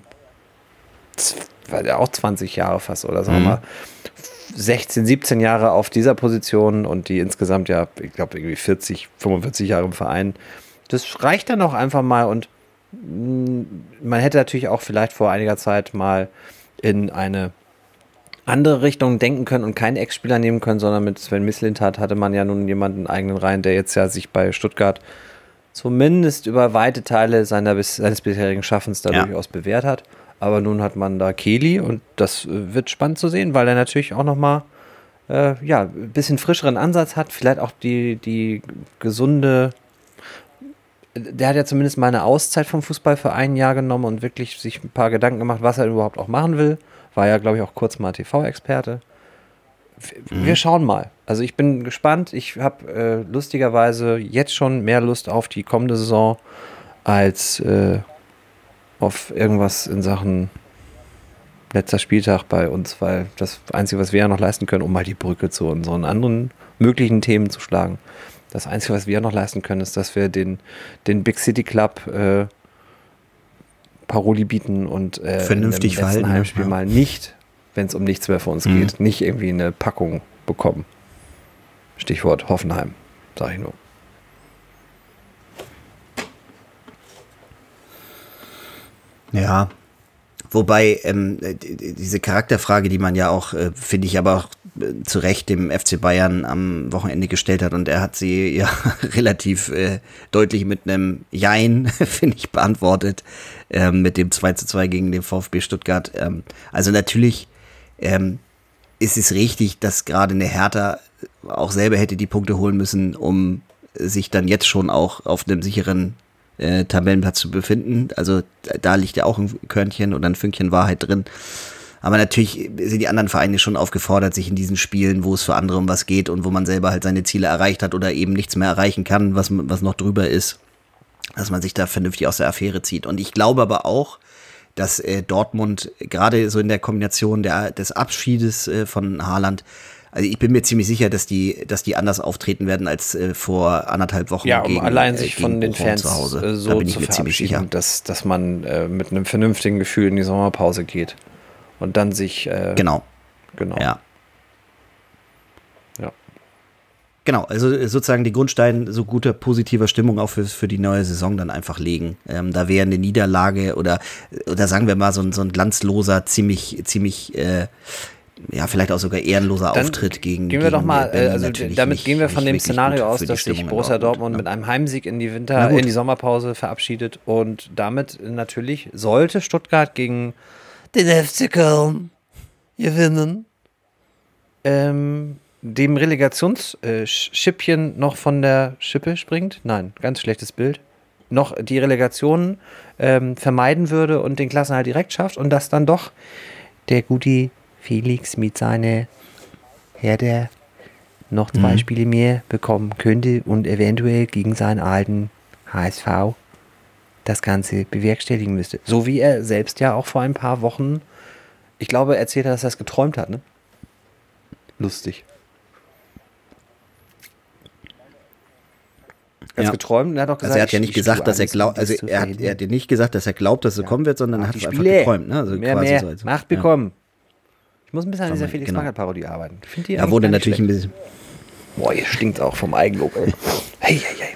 war ja auch 20 Jahre fast oder sagen wir mal 16, 17 Jahre auf dieser Position und die insgesamt ja, ich glaube irgendwie 40, 45 Jahre im Verein. Das reicht dann auch einfach mal und man hätte natürlich auch vielleicht vor einiger Zeit mal in eine andere Richtung denken können und keinen Ex-Spieler nehmen können, sondern mit Sven Mislintat hatte man ja nun jemanden in eigenen Reihen, der jetzt ja sich bei Stuttgart zumindest über weite Teile seines bisherigen Schaffens da durchaus bewährt hat. Aber nun hat man da Kehli und das wird spannend zu sehen, weil er natürlich auch nochmal ein bisschen frischeren Ansatz hat. Vielleicht auch die gesunde, der hat ja zumindest mal eine Auszeit vom Fußball für ein Jahr genommen und wirklich sich ein paar Gedanken gemacht, was er überhaupt auch machen will. War ja, glaube ich, auch kurz mal TV-Experte. Wir schauen mal. Also ich bin gespannt. Ich habe lustigerweise jetzt schon mehr Lust auf die kommende Saison als auf irgendwas in Sachen letzter Spieltag bei uns, weil das Einzige, was wir ja noch leisten können, um mal die Brücke zu unseren anderen möglichen Themen zu schlagen, das Einzige, was wir ja noch leisten können, ist, dass wir den Big City Club Paroli bieten und vernünftig im letzten Heimspiel mal nicht, wenn es um nichts mehr für uns geht, nicht irgendwie eine Packung bekommen. Stichwort Hoffenheim, sage ich nur. Ja, wobei diese Charakterfrage, die man ja auch, finde ich, aber auch zu Recht dem FC Bayern am Wochenende gestellt hat und er hat sie ja relativ deutlich mit einem Jein, finde ich, beantwortet, mit dem 2:2 gegen den VfB Stuttgart. Also natürlich ist es richtig, dass gerade eine Hertha auch selber hätte die Punkte holen müssen, um sich dann jetzt schon auch auf einem sicheren Tabellenplatz zu befinden. Also da liegt ja auch ein Körnchen oder ein Fünkchen Wahrheit drin. Aber natürlich sind die anderen Vereine schon aufgefordert, sich in diesen Spielen, wo es für andere um was geht und wo man selber halt seine Ziele erreicht hat oder eben nichts mehr erreichen kann, was noch drüber ist, dass man sich da vernünftig aus der Affäre zieht. Und ich glaube aber auch, dass Dortmund gerade so in der Kombination des Abschiedes von Haaland, also ich bin mir ziemlich sicher, dass die anders auftreten werden als vor 1,5 Wochen. Ja, um allein sich von den Fans zu Hause. So da bin ich zu mir ziemlich sicher, dass man mit einem vernünftigen Gefühl in die Sommerpause geht und dann sich genau. Ja. Genau, also sozusagen die Grundsteine so guter positiver Stimmung auch für die neue Saison dann einfach legen. Da wäre eine Niederlage oder sagen wir mal so ein glanzloser, ziemlich vielleicht auch sogar ehrenloser dann Auftritt gegen gehen wir doch mal, damit gehen wir von dem Szenario aus, dass sich Borussia Dortmund mit einem Heimsieg in die Sommerpause verabschiedet und damit natürlich sollte Stuttgart gegen den FC Köln gewinnen, dem Relegationsschippchen noch von der Schippe springt. Nein, ganz schlechtes Bild. noch die Relegation vermeiden würde und den Klassenerhalt direkt schafft und dass dann doch der gute Felix mit seiner Herder noch 2 Spiele mehr bekommen könnte und eventuell gegen seinen alten HSV das Ganze bewerkstelligen müsste. So wie er selbst ja auch vor ein paar Wochen, ich glaube, erzählt hat, dass er es geträumt hat, ne? Lustig. Er hat geträumt und er hat auch gesagt, also er hat ja nicht gesagt, dass er glaubt, also er hat ja nicht gesagt, dass er glaubt, dass er kommen wird, sondern er hat einfach geträumt, ne? Also mehr, quasi mehr so als, Macht bekommen. Ich muss ein bisschen an dieser Felix Magath-Parodie arbeiten. Ich finde die ja, wurde natürlich ein bisschen. Boah, hier stinkt auch vom Eigenlob, ey. Hey.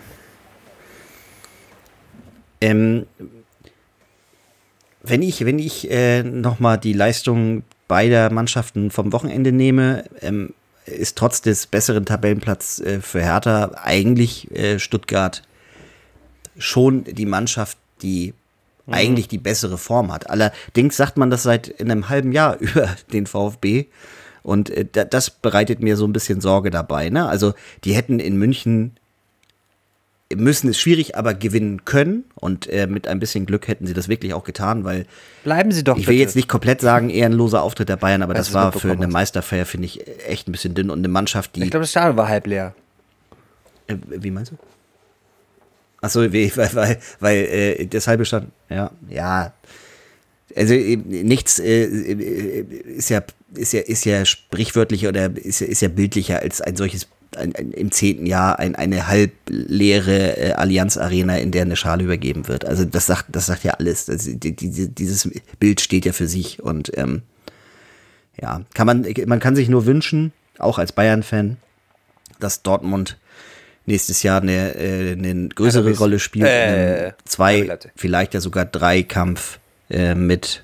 Wenn ich nochmal die Leistung beider Mannschaften vom Wochenende nehme, ist trotz des besseren Tabellenplatz für Hertha eigentlich Stuttgart schon die Mannschaft, die eigentlich die bessere Form hat. Allerdings sagt man das seit einem halben Jahr über den VfB und das bereitet mir so ein bisschen Sorge dabei. Ne? Also die hätten in München müssen es schwierig, aber gewinnen können und mit ein bisschen Glück hätten sie das wirklich auch getan, weil bleiben Sie doch ich will bitte. jetzt nicht komplett sagen, ehrenloser Auftritt der Bayern, aber Weil das war für eine Meisterfeier, finde ich, echt ein bisschen dünn und eine Mannschaft, die... Ich glaube, das Stadion war halb leer. Wie meinst du? Achso, weil das halbe stand, ja. Also nichts ist ja sprichwörtlicher oder ist ja bildlicher als ein solches im 10. Jahr eine halb leere Allianz Arena, in der eine Schale übergeben wird. Also das sagt ja alles. Dieses Bild steht ja für sich und ja, man kann sich nur wünschen, auch als Bayern-Fan, dass Dortmund nächstes Jahr eine größere Rolle spielt, 2, vielleicht ja sogar 3 Kampf mit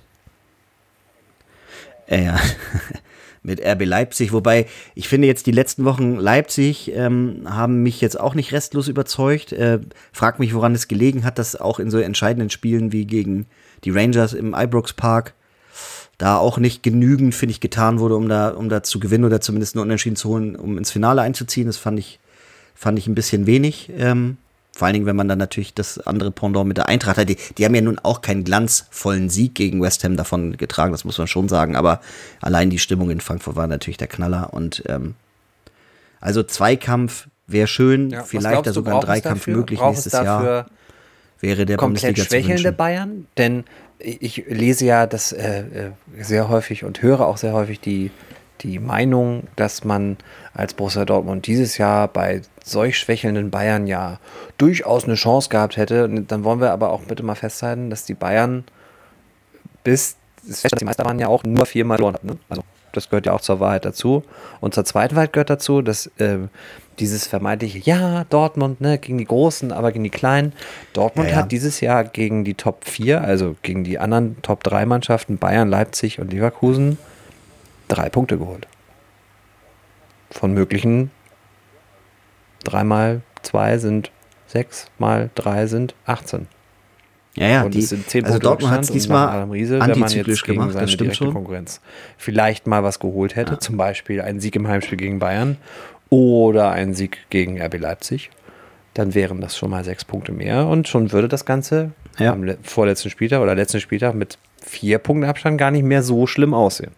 RB Leipzig, wobei ich finde jetzt die letzten Wochen Leipzig haben mich jetzt auch nicht restlos überzeugt. Frag mich, woran es gelegen hat, dass auch in so entscheidenden Spielen wie gegen die Rangers im Ibrox Park da auch nicht genügend, finde ich, getan wurde, um da zu gewinnen oder zumindest nur Unentschieden zu holen, um ins Finale einzuziehen. Das fand ich ein bisschen wenig. Vor allen Dingen, wenn man dann natürlich das andere Pendant mit der Eintracht hat. Die haben ja nun auch keinen glanzvollen Sieg gegen West Ham davon getragen, das muss man schon sagen. Aber allein die Stimmung in Frankfurt war natürlich der Knaller. Und also Zweikampf wäre schön, ja, vielleicht da sogar ein Dreikampf möglich nächstes Jahr. Wäre der komplett schwächelnde Bayern? Denn ich lese ja das sehr häufig und höre auch sehr häufig die Meinung, dass man als Borussia Dortmund dieses Jahr bei solch schwächelnden Bayern ja durchaus eine Chance gehabt hätte. Und dann wollen wir aber auch bitte mal festhalten, dass die Bayern bis die Meister waren ja auch nur 4-mal verloren hatten. Ne? Also das gehört ja auch zur Wahrheit dazu. Und zur zweiten Wahrheit gehört dazu, dass dieses vermeintliche, ja, Dortmund, ne, gegen die Großen, aber gegen die Kleinen. Dortmund hat dieses Jahr gegen die Top 4, also gegen die anderen Top 3 Mannschaften, Bayern, Leipzig und Leverkusen, 3 Punkte geholt. Von möglichen 3 mal 2 sind 6 mal 3 sind 18. Ja, und es sind 10 Punkte Dortmund hat es diesmal Adam Riese, wenn man jetzt gegen gemacht, seine das stimmt direkte schon. Konkurrenz vielleicht mal was geholt hätte, zum Beispiel einen Sieg im Heimspiel gegen Bayern oder einen Sieg gegen RB Leipzig, dann wären das schon mal 6 Punkte mehr und schon würde das Ganze am vorletzten Spieltag oder letzten Spieltag mit 4 Punkten Abstand gar nicht mehr so schlimm aussehen.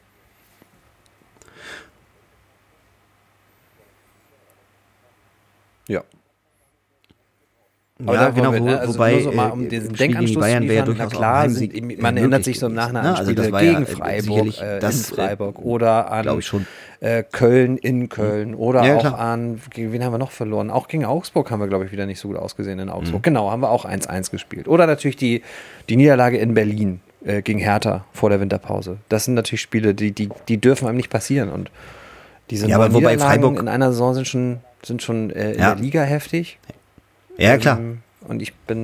Ja. Aber ja, genau, wobei so mal, um diesen Denkanstoß die Bayern zu wäre ja liefern, durchaus klar, man erinnert sich so im Nachhinein an Spiele gegen Freiburg, in Freiburg oder an Köln in Köln oder auch an, gegen wen haben wir noch verloren? Auch gegen Augsburg haben wir, glaube ich, wieder nicht so gut ausgesehen in Augsburg. Genau, haben wir auch 1-1 gespielt. Oder natürlich die Niederlage in Berlin gegen Hertha vor der Winterpause. Das sind natürlich Spiele, die dürfen einem nicht passieren und diese aber wobei Freiburg in einer Saison sind schon in der Liga heftig. Ja, klar. Und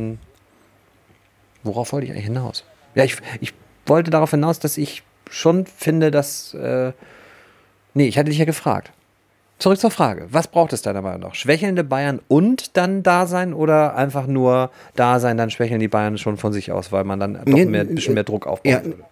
worauf wollte ich eigentlich hinaus? Ja, ich wollte darauf hinaus, dass ich schon finde, dass, ich hatte dich ja gefragt. Zurück zur Frage. Was braucht es deiner Meinung nach? Schwächelnde Bayern und dann da sein oder einfach nur da sein, dann schwächeln die Bayern schon von sich aus, weil man dann doch ein bisschen mehr Druck aufbauen würde?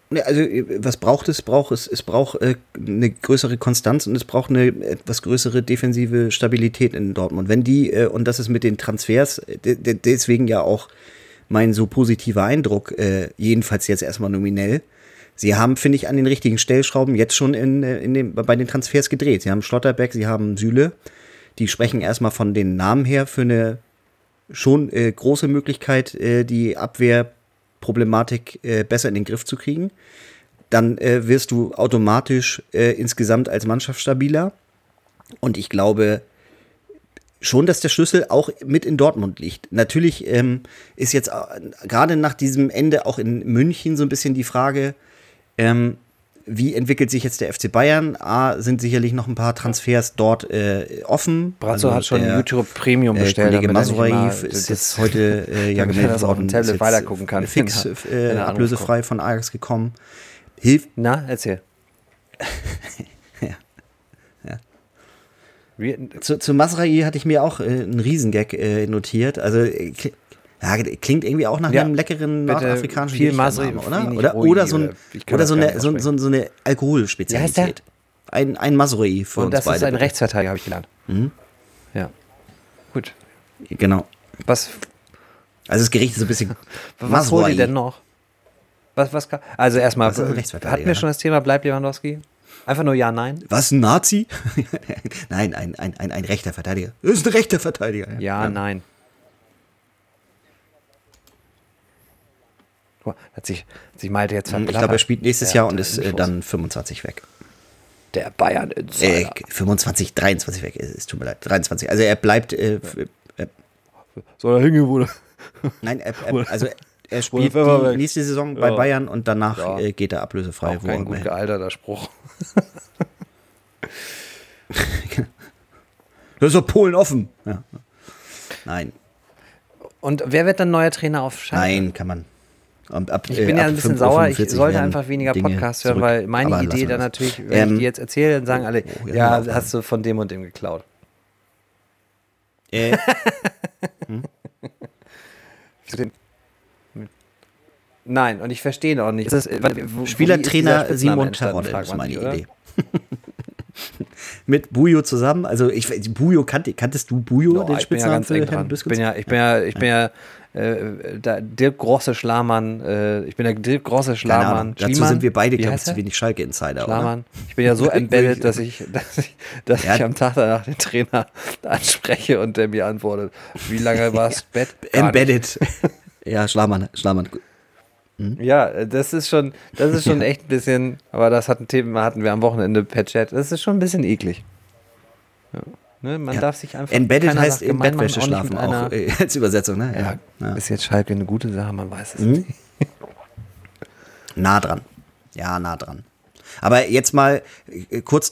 Ne, also was braucht es? Es braucht eine größere Konstanz und es braucht eine etwas größere defensive Stabilität in Dortmund. Wenn die, und das ist mit den Transfers, deswegen ja auch mein so positiver Eindruck, jedenfalls jetzt erstmal nominell. Sie haben, finde ich, an den richtigen Stellschrauben jetzt schon bei den Transfers gedreht. Sie haben Schlotterbeck, sie haben Süle. Die sprechen erstmal von den Namen her für eine schon große Möglichkeit, die Abwehrproblematik besser in den Griff zu kriegen. Dann wirst du automatisch insgesamt als Mannschaft stabiler. Und ich glaube schon, dass der Schlüssel auch mit in Dortmund liegt. Natürlich ist jetzt gerade nach diesem Ende auch in München so ein bisschen die Frage, wie entwickelt sich jetzt der FC Bayern? Sind sicherlich noch ein paar Transfers dort offen. Brazzo hat schon YouTube Premium bestellt. Kollege Mazraoui ist jetzt heute gemeldet worden, ist jetzt weitergucken kann. Fix ablösefrei von Ajax gekommen. Hilft. Na, erzähl. Zu Mazraoui hatte ich mir auch einen Riesengag notiert. Also klingt irgendwie auch nach einem leckeren nordafrikanischen Gericht, oder so eine Alkoholspezialität. Ein Mazraoui für uns beide. Und das ist ein Rechtsverteidiger, habe ich gelernt. Mhm. Ja. Gut. Genau. Also das Gericht ist so ein bisschen was holt ihr denn noch? Also erstmal, hatten wir schon das Thema, bleibt Lewandowski? Einfach nur ja, nein? Was, ein Nazi? Nein, ein rechter Verteidiger. Das ist ein rechter Verteidiger. Ja, nein. Hat sich Malte jetzt verplappert. Ich glaube, er spielt nächstes Jahr und ist dann 25 weg. Der Bayern Insider. 25, 23 weg. Es tut mir leid. 23. Also er bleibt. Soll er hingehen, Bruder? Nein, er spielt die nächste Saison bei Bayern und danach geht er ablösefrei. Auch kein gut gealterter Spruch. Das ist doch Polen offen. Ja. Nein. Und wer wird dann neuer Trainer auf Schalke? Nein, kann man. Ich bin ja ein bisschen sauer, ich sollte einfach weniger Podcasts hören, weil meine Idee dann natürlich, wenn ich die jetzt erzähle, dann sagen alle, ja, hast du von dem und dem geklaut. Nein, und ich verstehe auch nicht. Spielertrainer Simon Terodde ist meine Idee. Mit Bujo zusammen, also Bujo kanntest du Bujo, den Spitznamen für Herrn Büskens? Ich bin ja der Dirk Grosse Schlamann, ich bin der Dirk Grosse Schlamann. Dazu sind wir beide, glaube ich, zu wenig Schalke-Insider, Schlamann. Oder? Ich bin ja so embedded, dass ich am Tag danach den Trainer anspreche und der mir antwortet, wie lange war es Bett? Embedded. Ja, Schlamann. Ja, das ist schon echt ein bisschen, aber das hatten wir am Wochenende per Chat, das ist schon ein bisschen eklig. Ja. Ne, man darf sich einfach. Embedded heißt in Bettwäsche schlafen auch als Übersetzung, ne? Ja. Ist jetzt Schalke eine gute Sache, man weiß es nicht. Nah dran. Ja, nah dran. Aber jetzt mal kurz.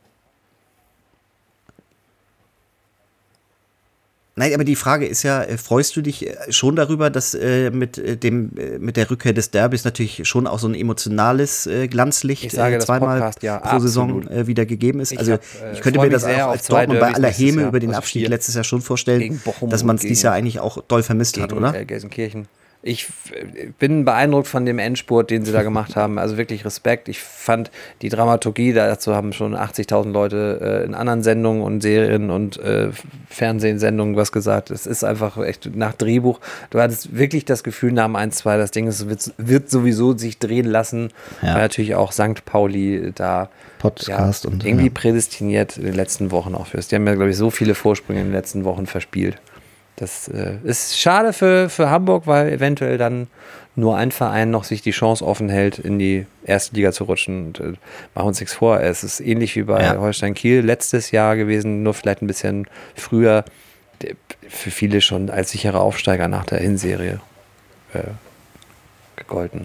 Nein, aber die Frage ist ja, freust du dich schon darüber, dass mit der Rückkehr des Derbys natürlich schon auch so ein emotionales Glanzlicht zweimal pro Saison wieder gegeben ist? Also ich könnte mir das auch als Dortmund bei aller Häme über den Abstieg letztes Jahr schon vorstellen, dass man es dieses Jahr eigentlich auch doll vermisst hat, oder? Gelsenkirchen. Ich bin beeindruckt von dem Endspurt, den sie da gemacht haben. Also wirklich Respekt. Ich fand die Dramaturgie, dazu haben schon 80.000 Leute in anderen Sendungen und Serien und Fernsehsendungen was gesagt. Es ist einfach echt nach Drehbuch. Du hattest wirklich das Gefühl nach dem 1-2, das Ding wird sowieso sich drehen lassen. Ja. Weil natürlich auch St. Pauli da Podcast und irgendwie prädestiniert in den letzten Wochen auch fürs. Die haben ja, glaube ich, so viele Vorsprünge in den letzten Wochen verspielt. Das ist schade für Hamburg, weil eventuell dann nur ein Verein noch sich die Chance offen hält, in die erste Liga zu rutschen. Und machen wir uns nichts vor. Es ist ähnlich wie bei Holstein Kiel letztes Jahr gewesen, nur vielleicht ein bisschen früher. Für viele schon als sicherer Aufsteiger nach der Hinserie gegolten.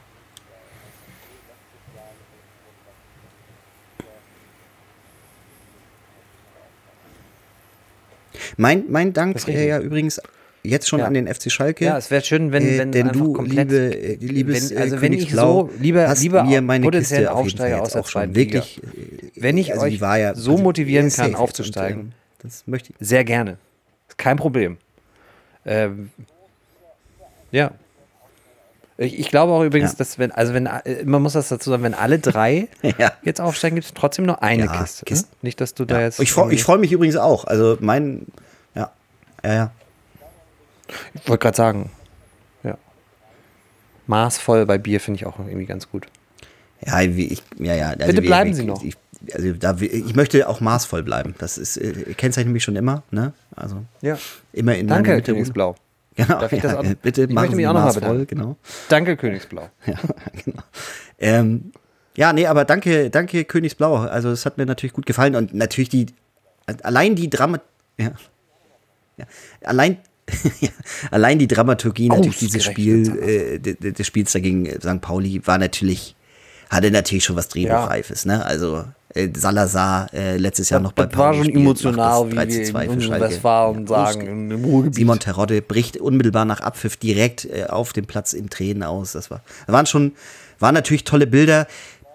Mein Dank ja übrigens jetzt schon an den FC Schalke. Ja, es wäre schön, wenn denn einfach du, komplett, wenn ich so, lieber mir meine potenziellen Kiste Aufsteiger aus der auch schon zweiten wirklich, wenn ich euch so motivieren kann, aufzusteigen, und, das möchte ich. Sehr gerne. Ist kein Problem. Ja. Ich glaube auch übrigens, dass man muss das dazu sagen, wenn alle drei jetzt aufsteigen, gibt es trotzdem nur eine Kiste. Ne? Nicht, dass du da jetzt. Ich freu mich übrigens auch. Also ja. Ich wollte gerade sagen, maßvoll bei Bier finde ich auch irgendwie ganz gut. Also bitte bleiben Sie noch. Ich möchte auch maßvoll bleiben. Das ist kennzeichnet mich schon immer. Ne? Also immer in Danke, Königsblau. Genau. Darf ich das auch? Bitte ich machen möchte mich Sie auch noch mal maßvoll. bedanken. Genau. Danke, Königsblau. Ja, genau. Aber danke Königsblau. Also es hat mir natürlich gut gefallen und natürlich allein die Dramaturgie natürlich dieses Spiel des Spiels dagegen St. Pauli hatte natürlich schon was Drehbuchreifes, ne? Also Salazar letztes Jahr noch bei Pauli war schon gespielt, emotional, wie wir in Westfalen sagen, im Ruhrgebiet. Simon Terodde bricht unmittelbar nach Abpfiff direkt auf dem Platz in Tränen aus. Waren natürlich tolle Bilder.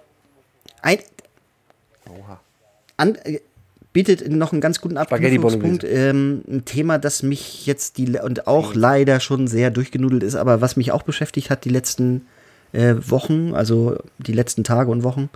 Bietet noch einen ganz guten Anknüpfungspunkt. Ein Thema, das mich jetzt und auch leider schon sehr durchgenudelt ist, aber was mich auch beschäftigt hat die letzten Wochen, also die letzten Tage und Wochen,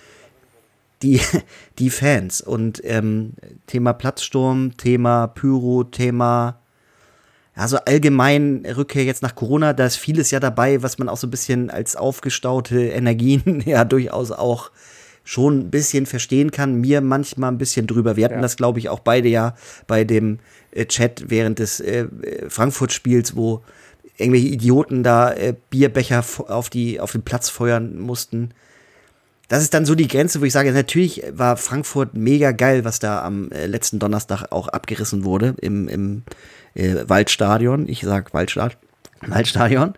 die Fans und Thema Platzsturm, Thema Pyro, Thema also allgemein Rückkehr jetzt nach Corona, da ist vieles ja dabei, was man auch so ein bisschen als aufgestaute Energien ja durchaus auch schon ein bisschen verstehen kann, mir manchmal ein bisschen drüber. Wir hatten das, glaube ich, auch beide ja bei dem Chat während des Frankfurt-Spiels, wo irgendwelche Idioten da Bierbecher auf den Platz feuern mussten. Das ist dann so die Grenze, wo ich sage, natürlich war Frankfurt mega geil, was da am letzten Donnerstag auch abgerissen wurde im Waldstadion. Ich sag Waldstadion.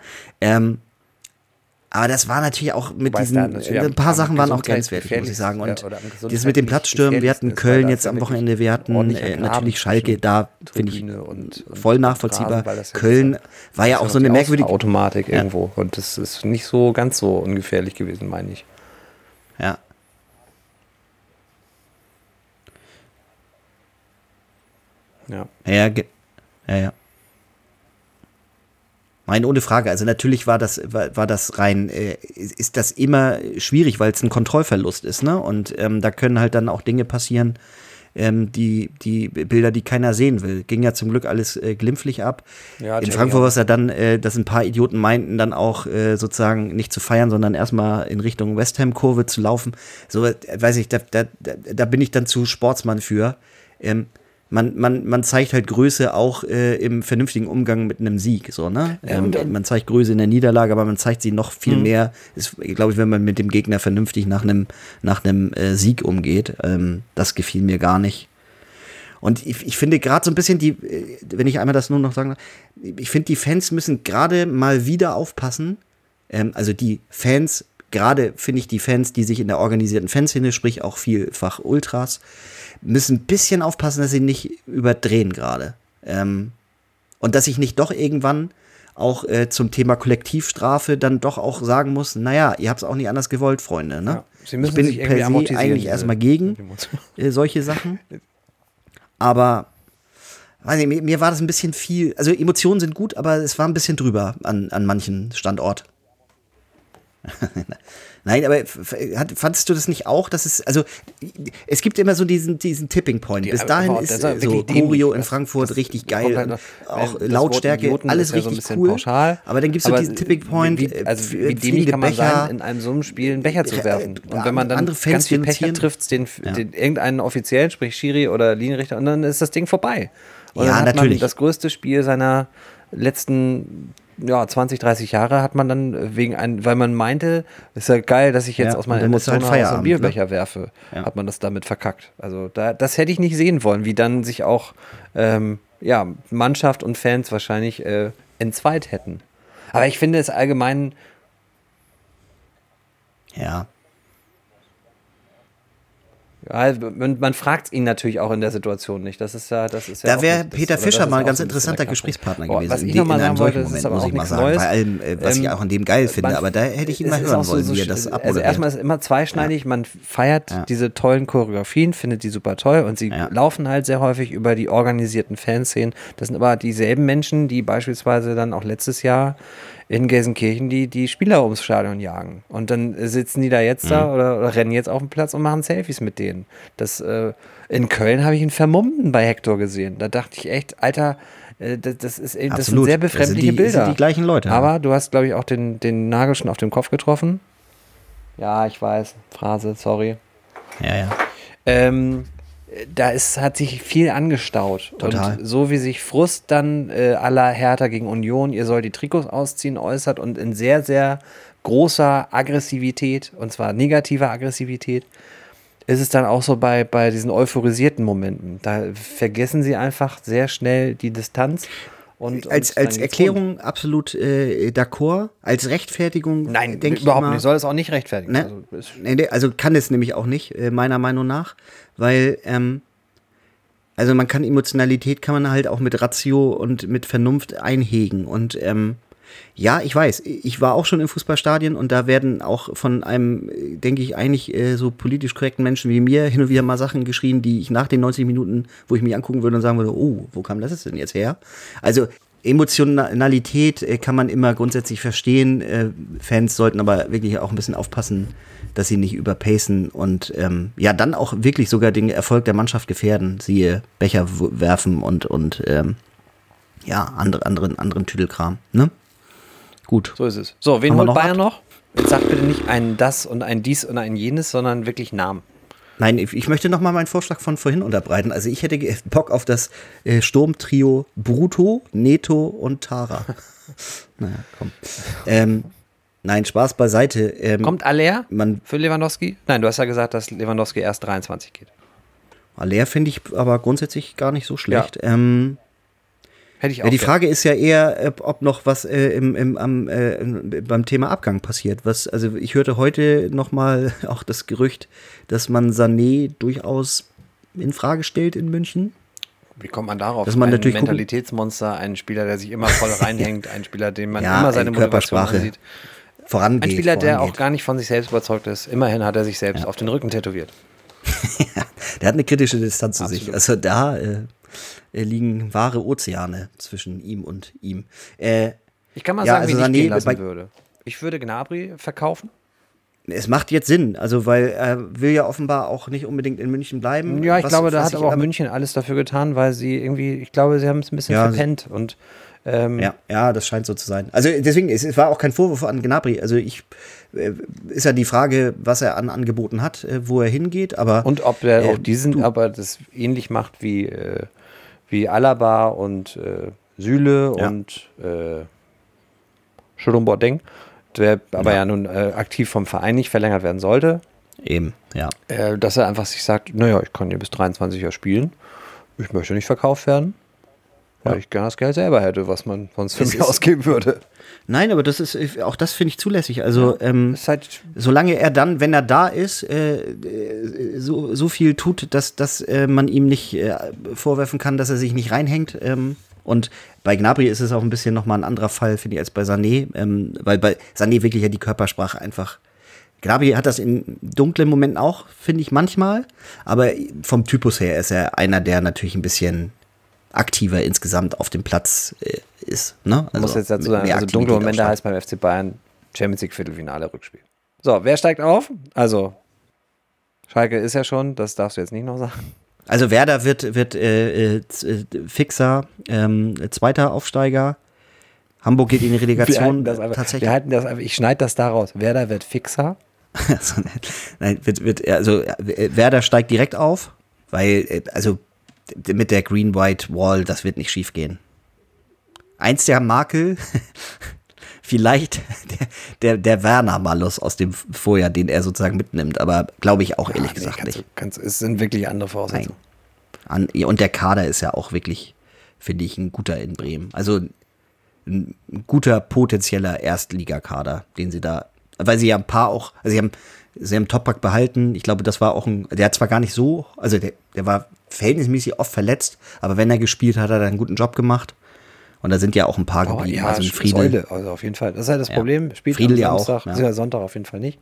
Aber das war natürlich auch mit ein paar Sachen waren auch grenzwertig, muss ich sagen. Und das mit dem Platzstürmen, wir hatten Köln jetzt am Wochenende, wir hatten natürlich Schalke, da finde ich voll nachvollziehbar. Köln war ja auch so eine merkwürdige Automatik irgendwo und das ist nicht so ganz so ungefährlich gewesen, meine ich. Ja. Ja. Nein, ohne Frage. Also natürlich war das rein, ist das immer schwierig, weil es ein Kontrollverlust ist, ne? Und da können halt dann auch Dinge passieren, die Bilder, die keiner sehen will. Ging ja zum Glück alles glimpflich ab. Ja, in Frankfurt war es ja dann, dass ein paar Idioten meinten, dann auch sozusagen nicht zu feiern, sondern erstmal in Richtung West Ham-Kurve zu laufen. So, weiß ich, da bin ich dann zu Sportsmann für. Man zeigt halt Größe auch im vernünftigen Umgang mit einem Sieg, so, ne? Man zeigt Größe in der Niederlage, aber man zeigt sie noch viel mehr, ist, glaube ich, wenn man mit dem Gegner vernünftig nach einem Sieg umgeht. Das gefiel mir gar nicht. Und ich finde gerade so ein bisschen wenn ich einmal das nur noch sagen darf, ich finde, die Fans müssen gerade mal wieder aufpassen. Also die Fans, gerade finde ich die Fans, die sich in der organisierten Fanszene, sprich auch vielfach Ultras, müssen ein bisschen aufpassen, dass sie nicht überdrehen gerade. Und dass ich nicht doch irgendwann auch zum Thema Kollektivstrafe dann doch auch sagen muss, naja, ihr habt es auch nicht anders gewollt, Freunde. Ne? Ja, sie müssen ich bin sich irgendwie amortisieren, eigentlich erstmal gegen solche Sachen. Aber weiß nicht, mir war das ein bisschen viel, also Emotionen sind gut, aber es war ein bisschen drüber an manchen Standort. Nein, aber fandest du das nicht auch, dass es gibt immer so diesen Tipping Point. Bis dahin ist so Choreo in Frankfurt richtig geil, auch Lautstärke, alles richtig cool. Pauschal, aber dann gibt es so diesen Tipping Point, wie dämlich kann man sein, in einem so einem Spiel einen Becher zu werfen. Und wenn man dann ganz viel Becher trifft, den irgendeinen Offiziellen, sprich Schiri oder Linienrichter, und dann ist das Ding vorbei. Und dann hat man das größte Spiel seiner letzten 20, 30 Jahre hat man dann weil man meinte, ist ja geil, dass ich jetzt aus meiner Emotion aus einem Bierbecher werfe, hat man das damit verkackt. Also das hätte ich nicht sehen wollen, wie dann sich auch Mannschaft und Fans wahrscheinlich entzweit hätten. Aber ich finde es allgemein man fragt ihn natürlich auch in der Situation nicht. Das ist ja da wäre Peter Fischer mal ein ganz interessanter Gesprächspartner gewesen. Was ich nochmal sagen wollte, das ist aber auch nichts Neues. Bei allem, was ich auch an dem geil finde, aber da hätte ich ihn mal hören wollen, wie er das abmoderiert. Also erstmal ist es immer zweischneidig, man feiert diese tollen Choreografien, findet die super toll und sie laufen halt sehr häufig über die organisierten Fanszenen. Das sind aber dieselben Menschen, die beispielsweise dann auch letztes Jahr in Gelsenkirchen die Spieler ums Stadion jagen. Und dann sitzen die da jetzt da oder rennen jetzt auf dem Platz und machen Selfies mit denen. In Köln habe ich einen Vermummten bei Hector gesehen. Da dachte ich echt, Alter, das sind sehr befremdliche Bilder. Das sind die gleichen Leute. Aber du hast, glaube ich, auch den Nagel schon auf den Kopf getroffen. Ja, ich weiß. Phrase, sorry. Ja. Hat sich viel angestaut. Total. Und so wie sich Frust dann à la Hertha gegen Union, ihr sollt die Trikots ausziehen, äußert und in sehr, sehr großer Aggressivität, und zwar negativer Aggressivität, ist es dann auch so bei diesen euphorisierten Momenten. Da vergessen sie einfach sehr schnell die Distanz. Als Erklärung absolut d'accord, als Rechtfertigung nein, denke ich überhaupt immer, nicht, soll es auch nicht rechtfertigen. Ne? Also kann es nämlich auch nicht, meiner Meinung nach, weil also man kann Emotionalität kann man halt auch mit Ratio und mit Vernunft einhegen und ja, ich weiß, ich war auch schon in Fußballstadien und da werden auch von einem, denke ich, eigentlich so politisch korrekten Menschen wie mir hin und wieder mal Sachen geschrien, die ich nach den 90 Minuten, wo ich mich angucken würde und sagen würde, oh, wo kam das denn jetzt her? Also Emotionalität kann man immer grundsätzlich verstehen. Fans sollten aber wirklich auch ein bisschen aufpassen, dass sie nicht überpacen und ja, dann auch wirklich sogar den Erfolg der Mannschaft gefährden. Siehe Becher werfen und ja, anderen Tüdelkram, ne? Gut. So ist es. So, wen holt Bayern noch? Jetzt sag bitte nicht ein das und ein dies und ein jenes, sondern wirklich Namen. Nein, ich möchte noch mal meinen Vorschlag von vorhin unterbreiten. Also ich hätte Bock auf das Sturmtrio Bruto, Neto und Tara. Naja, komm. Nein, Spaß beiseite. Kommt Aller für Lewandowski? Nein, du hast ja gesagt, dass Lewandowski erst 23 geht. Aller finde ich aber grundsätzlich gar nicht so schlecht. Ja. Hätte ich auch. Ja, die Frage ist ja eher, ob noch was beim Thema Abgang passiert. Also ich hörte heute noch mal auch das Gerücht, dass man Sané durchaus in Frage stellt in München. Wie kommt man darauf? Dass man ein Mentalitätsmonster, ein Spieler, der sich immer voll reinhängt, ein Spieler, dem man immer seine Motivation ansieht. Vorangeht. Ein Spieler, der auch gar nicht von sich selbst überzeugt ist. Immerhin hat er sich selbst auf den Rücken tätowiert. Ja, der hat eine kritische Distanz zu sich. Also da liegen wahre Ozeane zwischen ihm und ihm. Ich kann mal sagen, wie ich gehen lassen würde. Ich würde Gnabry verkaufen. Es macht jetzt Sinn, also weil er will ja offenbar auch nicht unbedingt in München bleiben. Ja, ich glaube, da hat aber auch München alles dafür getan, weil sie irgendwie, ich glaube, sie haben es ein bisschen verpennt. Und ja, das scheint so zu sein. Also deswegen, es war auch kein Vorwurf an Gnabry. Also ist ja die Frage, was er an Angeboten hat, wo er hingeht. Aber und ob er auch aber das ähnlich macht wie Alaba und Süle und Jerome Boateng, der aber ja nun aktiv vom Verein nicht verlängert werden sollte. Eben, ja. Dass er einfach sich sagt, naja, ich kann hier bis 23 Jahre spielen, ich möchte nicht verkauft werden, weil ich gerne das Geld selber hätte, was man sonst für mich ausgeben würde. Nein, aber das ist, auch das finde ich zulässig. Also, solange er dann, wenn er da ist, so viel tut, dass man ihm nicht vorwerfen kann, dass er sich nicht reinhängt. Und bei Gnabry ist es auch ein bisschen nochmal ein anderer Fall, finde ich, als bei Sané, weil bei Sané wirklich ja die Körpersprache einfach. Gnabry hat das in dunklen Momenten auch, finde ich, manchmal. Aber vom Typus her ist er einer, der natürlich ein bisschen aktiver insgesamt auf dem Platz ist. Ne? Also muss jetzt dazu sagen, also dunkle Momente heißt beim FC Bayern Champions League Viertelfinale Rückspiel. So, wer steigt auf? Also Schalke ist ja schon, das darfst du jetzt nicht noch sagen. Also Werder wird Fixer, zweiter Aufsteiger. Hamburg geht in die Relegation. Tatsächlich. Wir halten das einfach, ich schneide das daraus. Werder wird Fixer. Nein, Werder steigt direkt auf, weil, also mit der Green-White-Wall, das wird nicht schief gehen. Eins der Makel, vielleicht der Werner-Malus aus dem Vorjahr, den er sozusagen mitnimmt, aber glaube ich auch ehrlich gesagt nicht. Es sind wirklich andere Voraussetzungen. Und der Kader ist ja auch wirklich, finde ich, ein guter in Bremen. Also ein guter potenzieller Erstligakader, den sie da, weil sie ja ein paar auch, also sie haben Toprak behalten. Ich glaube, das war auch der hat zwar gar nicht so, also der war verhältnismäßig oft verletzt, aber wenn er gespielt hat, hat er einen guten Job gemacht. Und da sind ja auch ein paar geblieben. Ja, also Friedel. Also auf jeden Fall. Das ist halt das Problem. Spielt Friedel am Samstag, ja auch. Ja. Sonntag auf jeden Fall nicht.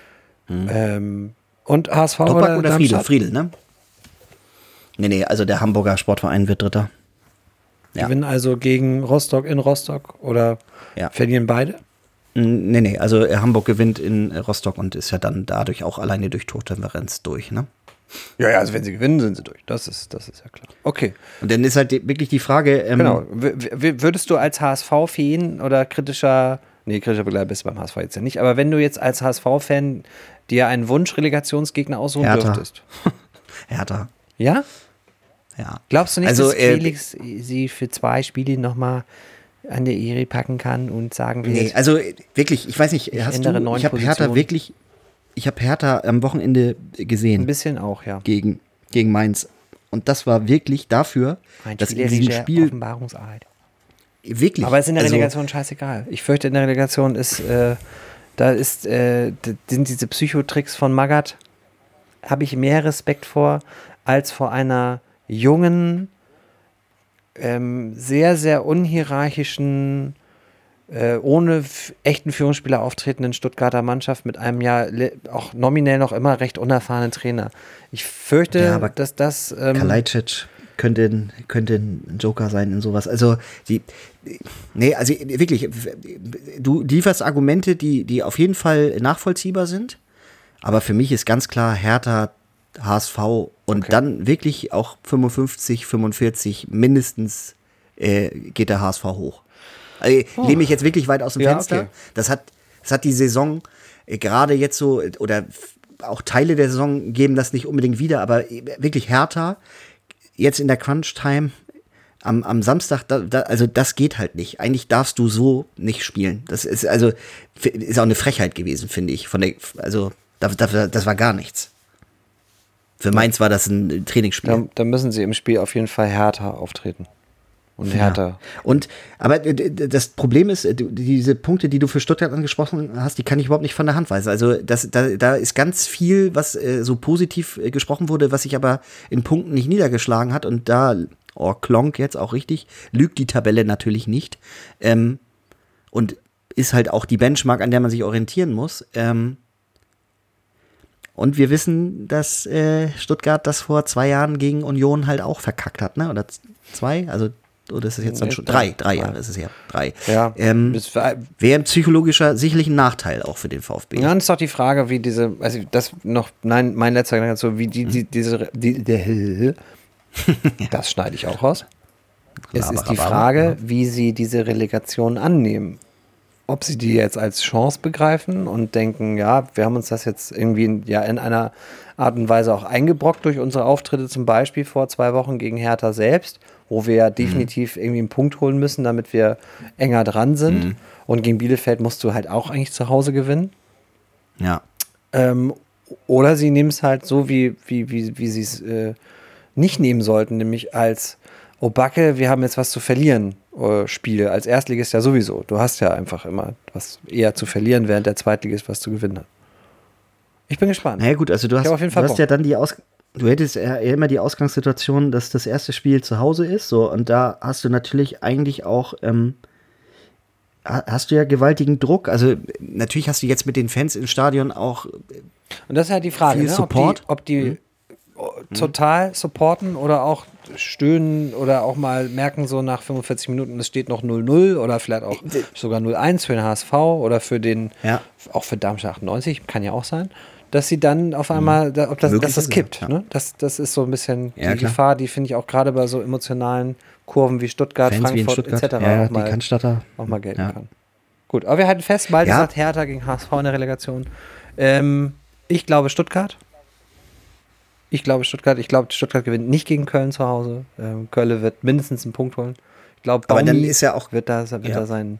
Und HSV Toprak oder Friedel, ne? Nee, also der Hamburger Sportverein wird Dritter. Ja. Gewinnen also gegen Rostock in Rostock oder verlieren beide? Nee, also Hamburg gewinnt in Rostock und ist ja dann dadurch auch alleine durch Tordifferenz durch, ne? Ja, also wenn sie gewinnen, sind sie durch. Das ist ja klar. Okay. Und dann ist halt wirklich die Frage. Genau. Würdest du als HSV-Fan oder kritischer Begleiter bist du beim HSV jetzt ja nicht, aber wenn du jetzt als HSV-Fan dir einen Wunsch-Relegationsgegner aussuchen dürftest. Hertha. Ja? Ja. Glaubst du nicht, also, dass Felix sie für 2 Spiele nochmal an der Ehre packen kann und sagen wird? Nee, also wirklich, ich weiß nicht, ich habe Hertha am Wochenende gesehen. Ein bisschen auch, ja. Gegen Mainz. Und das war wirklich dafür, dass in diesem Spiel Offenbarungsarbeit. Wirklich. Aber es ist in der Relegation scheißegal. Ich fürchte, in der Relegation sind diese Psychotricks von Magath, habe ich mehr Respekt vor, als vor einer jungen, sehr, sehr unhierarchischen, ohne echten Führungsspieler auftretenden Stuttgarter Mannschaft mit einem ja auch nominell noch immer recht unerfahrenen Trainer. Ich fürchte, dass das... Kalajdzic könnte ein Joker sein in sowas. Also, wirklich, du lieferst Argumente, die auf jeden Fall nachvollziehbar sind, aber für mich ist ganz klar Hertha, HSV und dann wirklich auch 55, 45 mindestens geht der HSV hoch. Also, ich lehne mich jetzt wirklich weit aus dem Fenster. Okay. Das hat die Saison gerade jetzt so, oder auch Teile der Saison geben das nicht unbedingt wieder, aber wirklich Hertha, jetzt in der Crunch-Time am Samstag, also das geht halt nicht. Eigentlich darfst du so nicht spielen. Das ist auch eine Frechheit gewesen, finde ich. Das war gar nichts. Für Mainz war das ein Trainingsspiel. Da müssen sie im Spiel auf jeden Fall härter auftreten. Und härter. Ja. Aber das Problem ist, diese Punkte, die du für Stuttgart angesprochen hast, die kann ich überhaupt nicht von der Hand weisen. Also da ist ganz viel, was so positiv gesprochen wurde, was sich aber in Punkten nicht niedergeschlagen hat. Und da, Klonk jetzt auch richtig, lügt die Tabelle natürlich nicht. Und ist halt auch die Benchmark, an der man sich orientieren muss. Und wir wissen, dass Stuttgart das vor 2 Jahren gegen Union halt auch verkackt hat, ne? Oder 2? Also oder ist es jetzt dann schon 3 Jahre ist es ja. 3. Ja, wäre ein psychologischer sicherlich ein Nachteil auch für den VfB. Ja, und ist doch die Frage, wie mein letzter Gedanke so, wie das schneide ich auch raus. Es ist die Frage, wie sie diese Relegation annehmen. Ob sie die jetzt als Chance begreifen und denken, ja, wir haben uns das jetzt irgendwie in einer Art und Weise auch eingebrockt durch unsere Auftritte, zum Beispiel vor 2 Wochen gegen Hertha selbst, wo wir ja definitiv irgendwie einen Punkt holen müssen, damit wir enger dran sind. Und gegen Bielefeld musst du halt auch eigentlich zu Hause gewinnen. Ja. Oder sie nehmen es halt so, wie sie es nicht nehmen sollten, nämlich als Backe, wir haben jetzt was zu verlieren, Spiele. Als Erstligist ja sowieso. Du hast ja einfach immer was eher zu verlieren, während der Zweitligist was zu gewinnen hat. Ich bin gespannt. Na ja, gut, also du hast ja dann du hättest ja immer die Ausgangssituation, dass das erste Spiel zu Hause ist, so, und da hast du natürlich eigentlich auch, hast du ja gewaltigen Druck. Also natürlich hast du jetzt mit den Fans im Stadion auch und das ist halt die Frage, viel Support. Ob die total supporten oder auch stöhnen oder auch mal merken, so nach 45 Minuten, es steht noch 0-0 oder vielleicht auch sogar 0-1 für den HSV oder auch für Darmstadt 98, kann ja auch sein, dass sie dann auf einmal, dass das kippt. Ja. Ne? Das ist so ein bisschen die Gefahr, die finde ich auch gerade bei so emotionalen Kurven wie Stuttgart, Fans Frankfurt wie etc. auch mal gelten kann. Gut, aber wir halten fest, bald sagt Hertha gegen HSV in der Relegation. Ich glaube Stuttgart. Ich glaube, Stuttgart gewinnt nicht gegen Köln zu Hause. Köln wird mindestens einen Punkt holen. Ich glaube, aber dann ist ja auch wird da sein.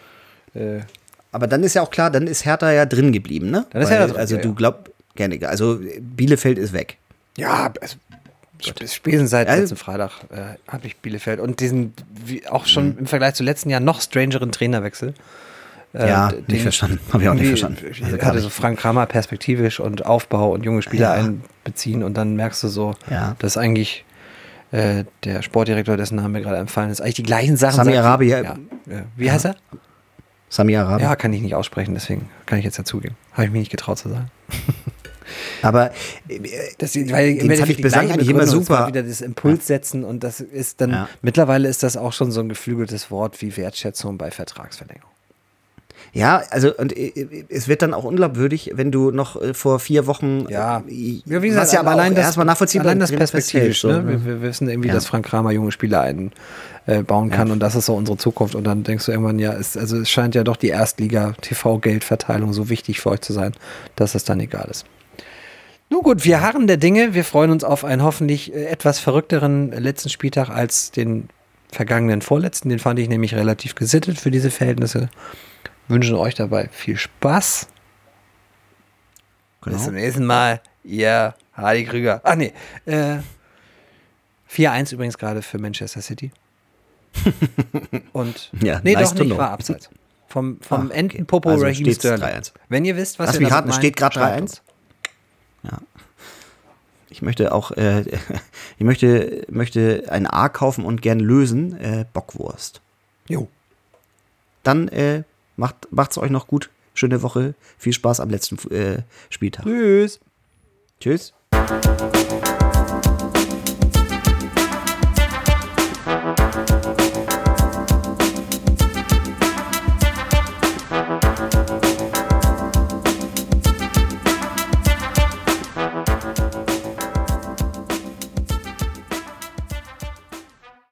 Aber dann ist ja auch klar, dann ist Hertha ja drin geblieben, ne? Dann ist Hertha drin, also du glaubst, gerne. Also Bielefeld ist weg. Ja, spätestens seit letzten Freitag habe ich Bielefeld und diesen auch schon im Vergleich zu letzten Jahren noch strangeren Trainerwechsel. Nicht verstanden. Habe ich auch nicht verstanden. Also gerade so Frank Kramer perspektivisch und Aufbau und junge Spieler einbeziehen und dann merkst du so, dass eigentlich der Sportdirektor, dessen Name mir gerade empfallen ist, eigentlich die gleichen Sachen sagt. Sami Arabi. Wie heißt er? Sami Arabi. Ja, kann ich nicht aussprechen, deswegen kann ich jetzt dazugeben. Habe ich mich nicht getraut zu sagen. Aber weil den fand ich bislang eigentlich immer super. Wieder das Impuls setzen und das ist dann, mittlerweile ist das auch schon so ein geflügeltes Wort wie Wertschätzung bei Vertragsverlängerung. Ja, also und es wird dann auch unglaubwürdig, wenn du noch vor 4 Wochen wie gesagt, was ja aber allein auch erstmal nachvollziehbar allein das perspektivisch, so, ne? Wir wissen irgendwie, dass Frank Kramer junge Spieler einbauen kann und das ist so unsere Zukunft und dann denkst du irgendwann, es scheint ja doch die Erstliga-TV-Geldverteilung so wichtig für euch zu sein, dass es dann egal ist. Nun gut, wir harren der Dinge, wir freuen uns auf einen hoffentlich etwas verrückteren letzten Spieltag als den vergangenen vorletzten, den fand ich nämlich relativ gesittet für diese Verhältnisse. Wünschen euch dabei viel Spaß. Bis zum nächsten Mal. Ihr Hardy Krüger. Ach nee. 4-1 übrigens gerade für Manchester City. Und nee, nice doch nicht, war abseits. Vom Entenpopo also Raheem Sterling. 3-1. Wenn ihr wisst, was ihr damit meint, steht gerade 3-1. Ja. Ich möchte auch ich möchte ein A kaufen und gern lösen. Bockwurst. Jo. Dann macht's euch noch gut. Schöne Woche. Viel Spaß am letzten Spieltag. Tschüss. Tschüss.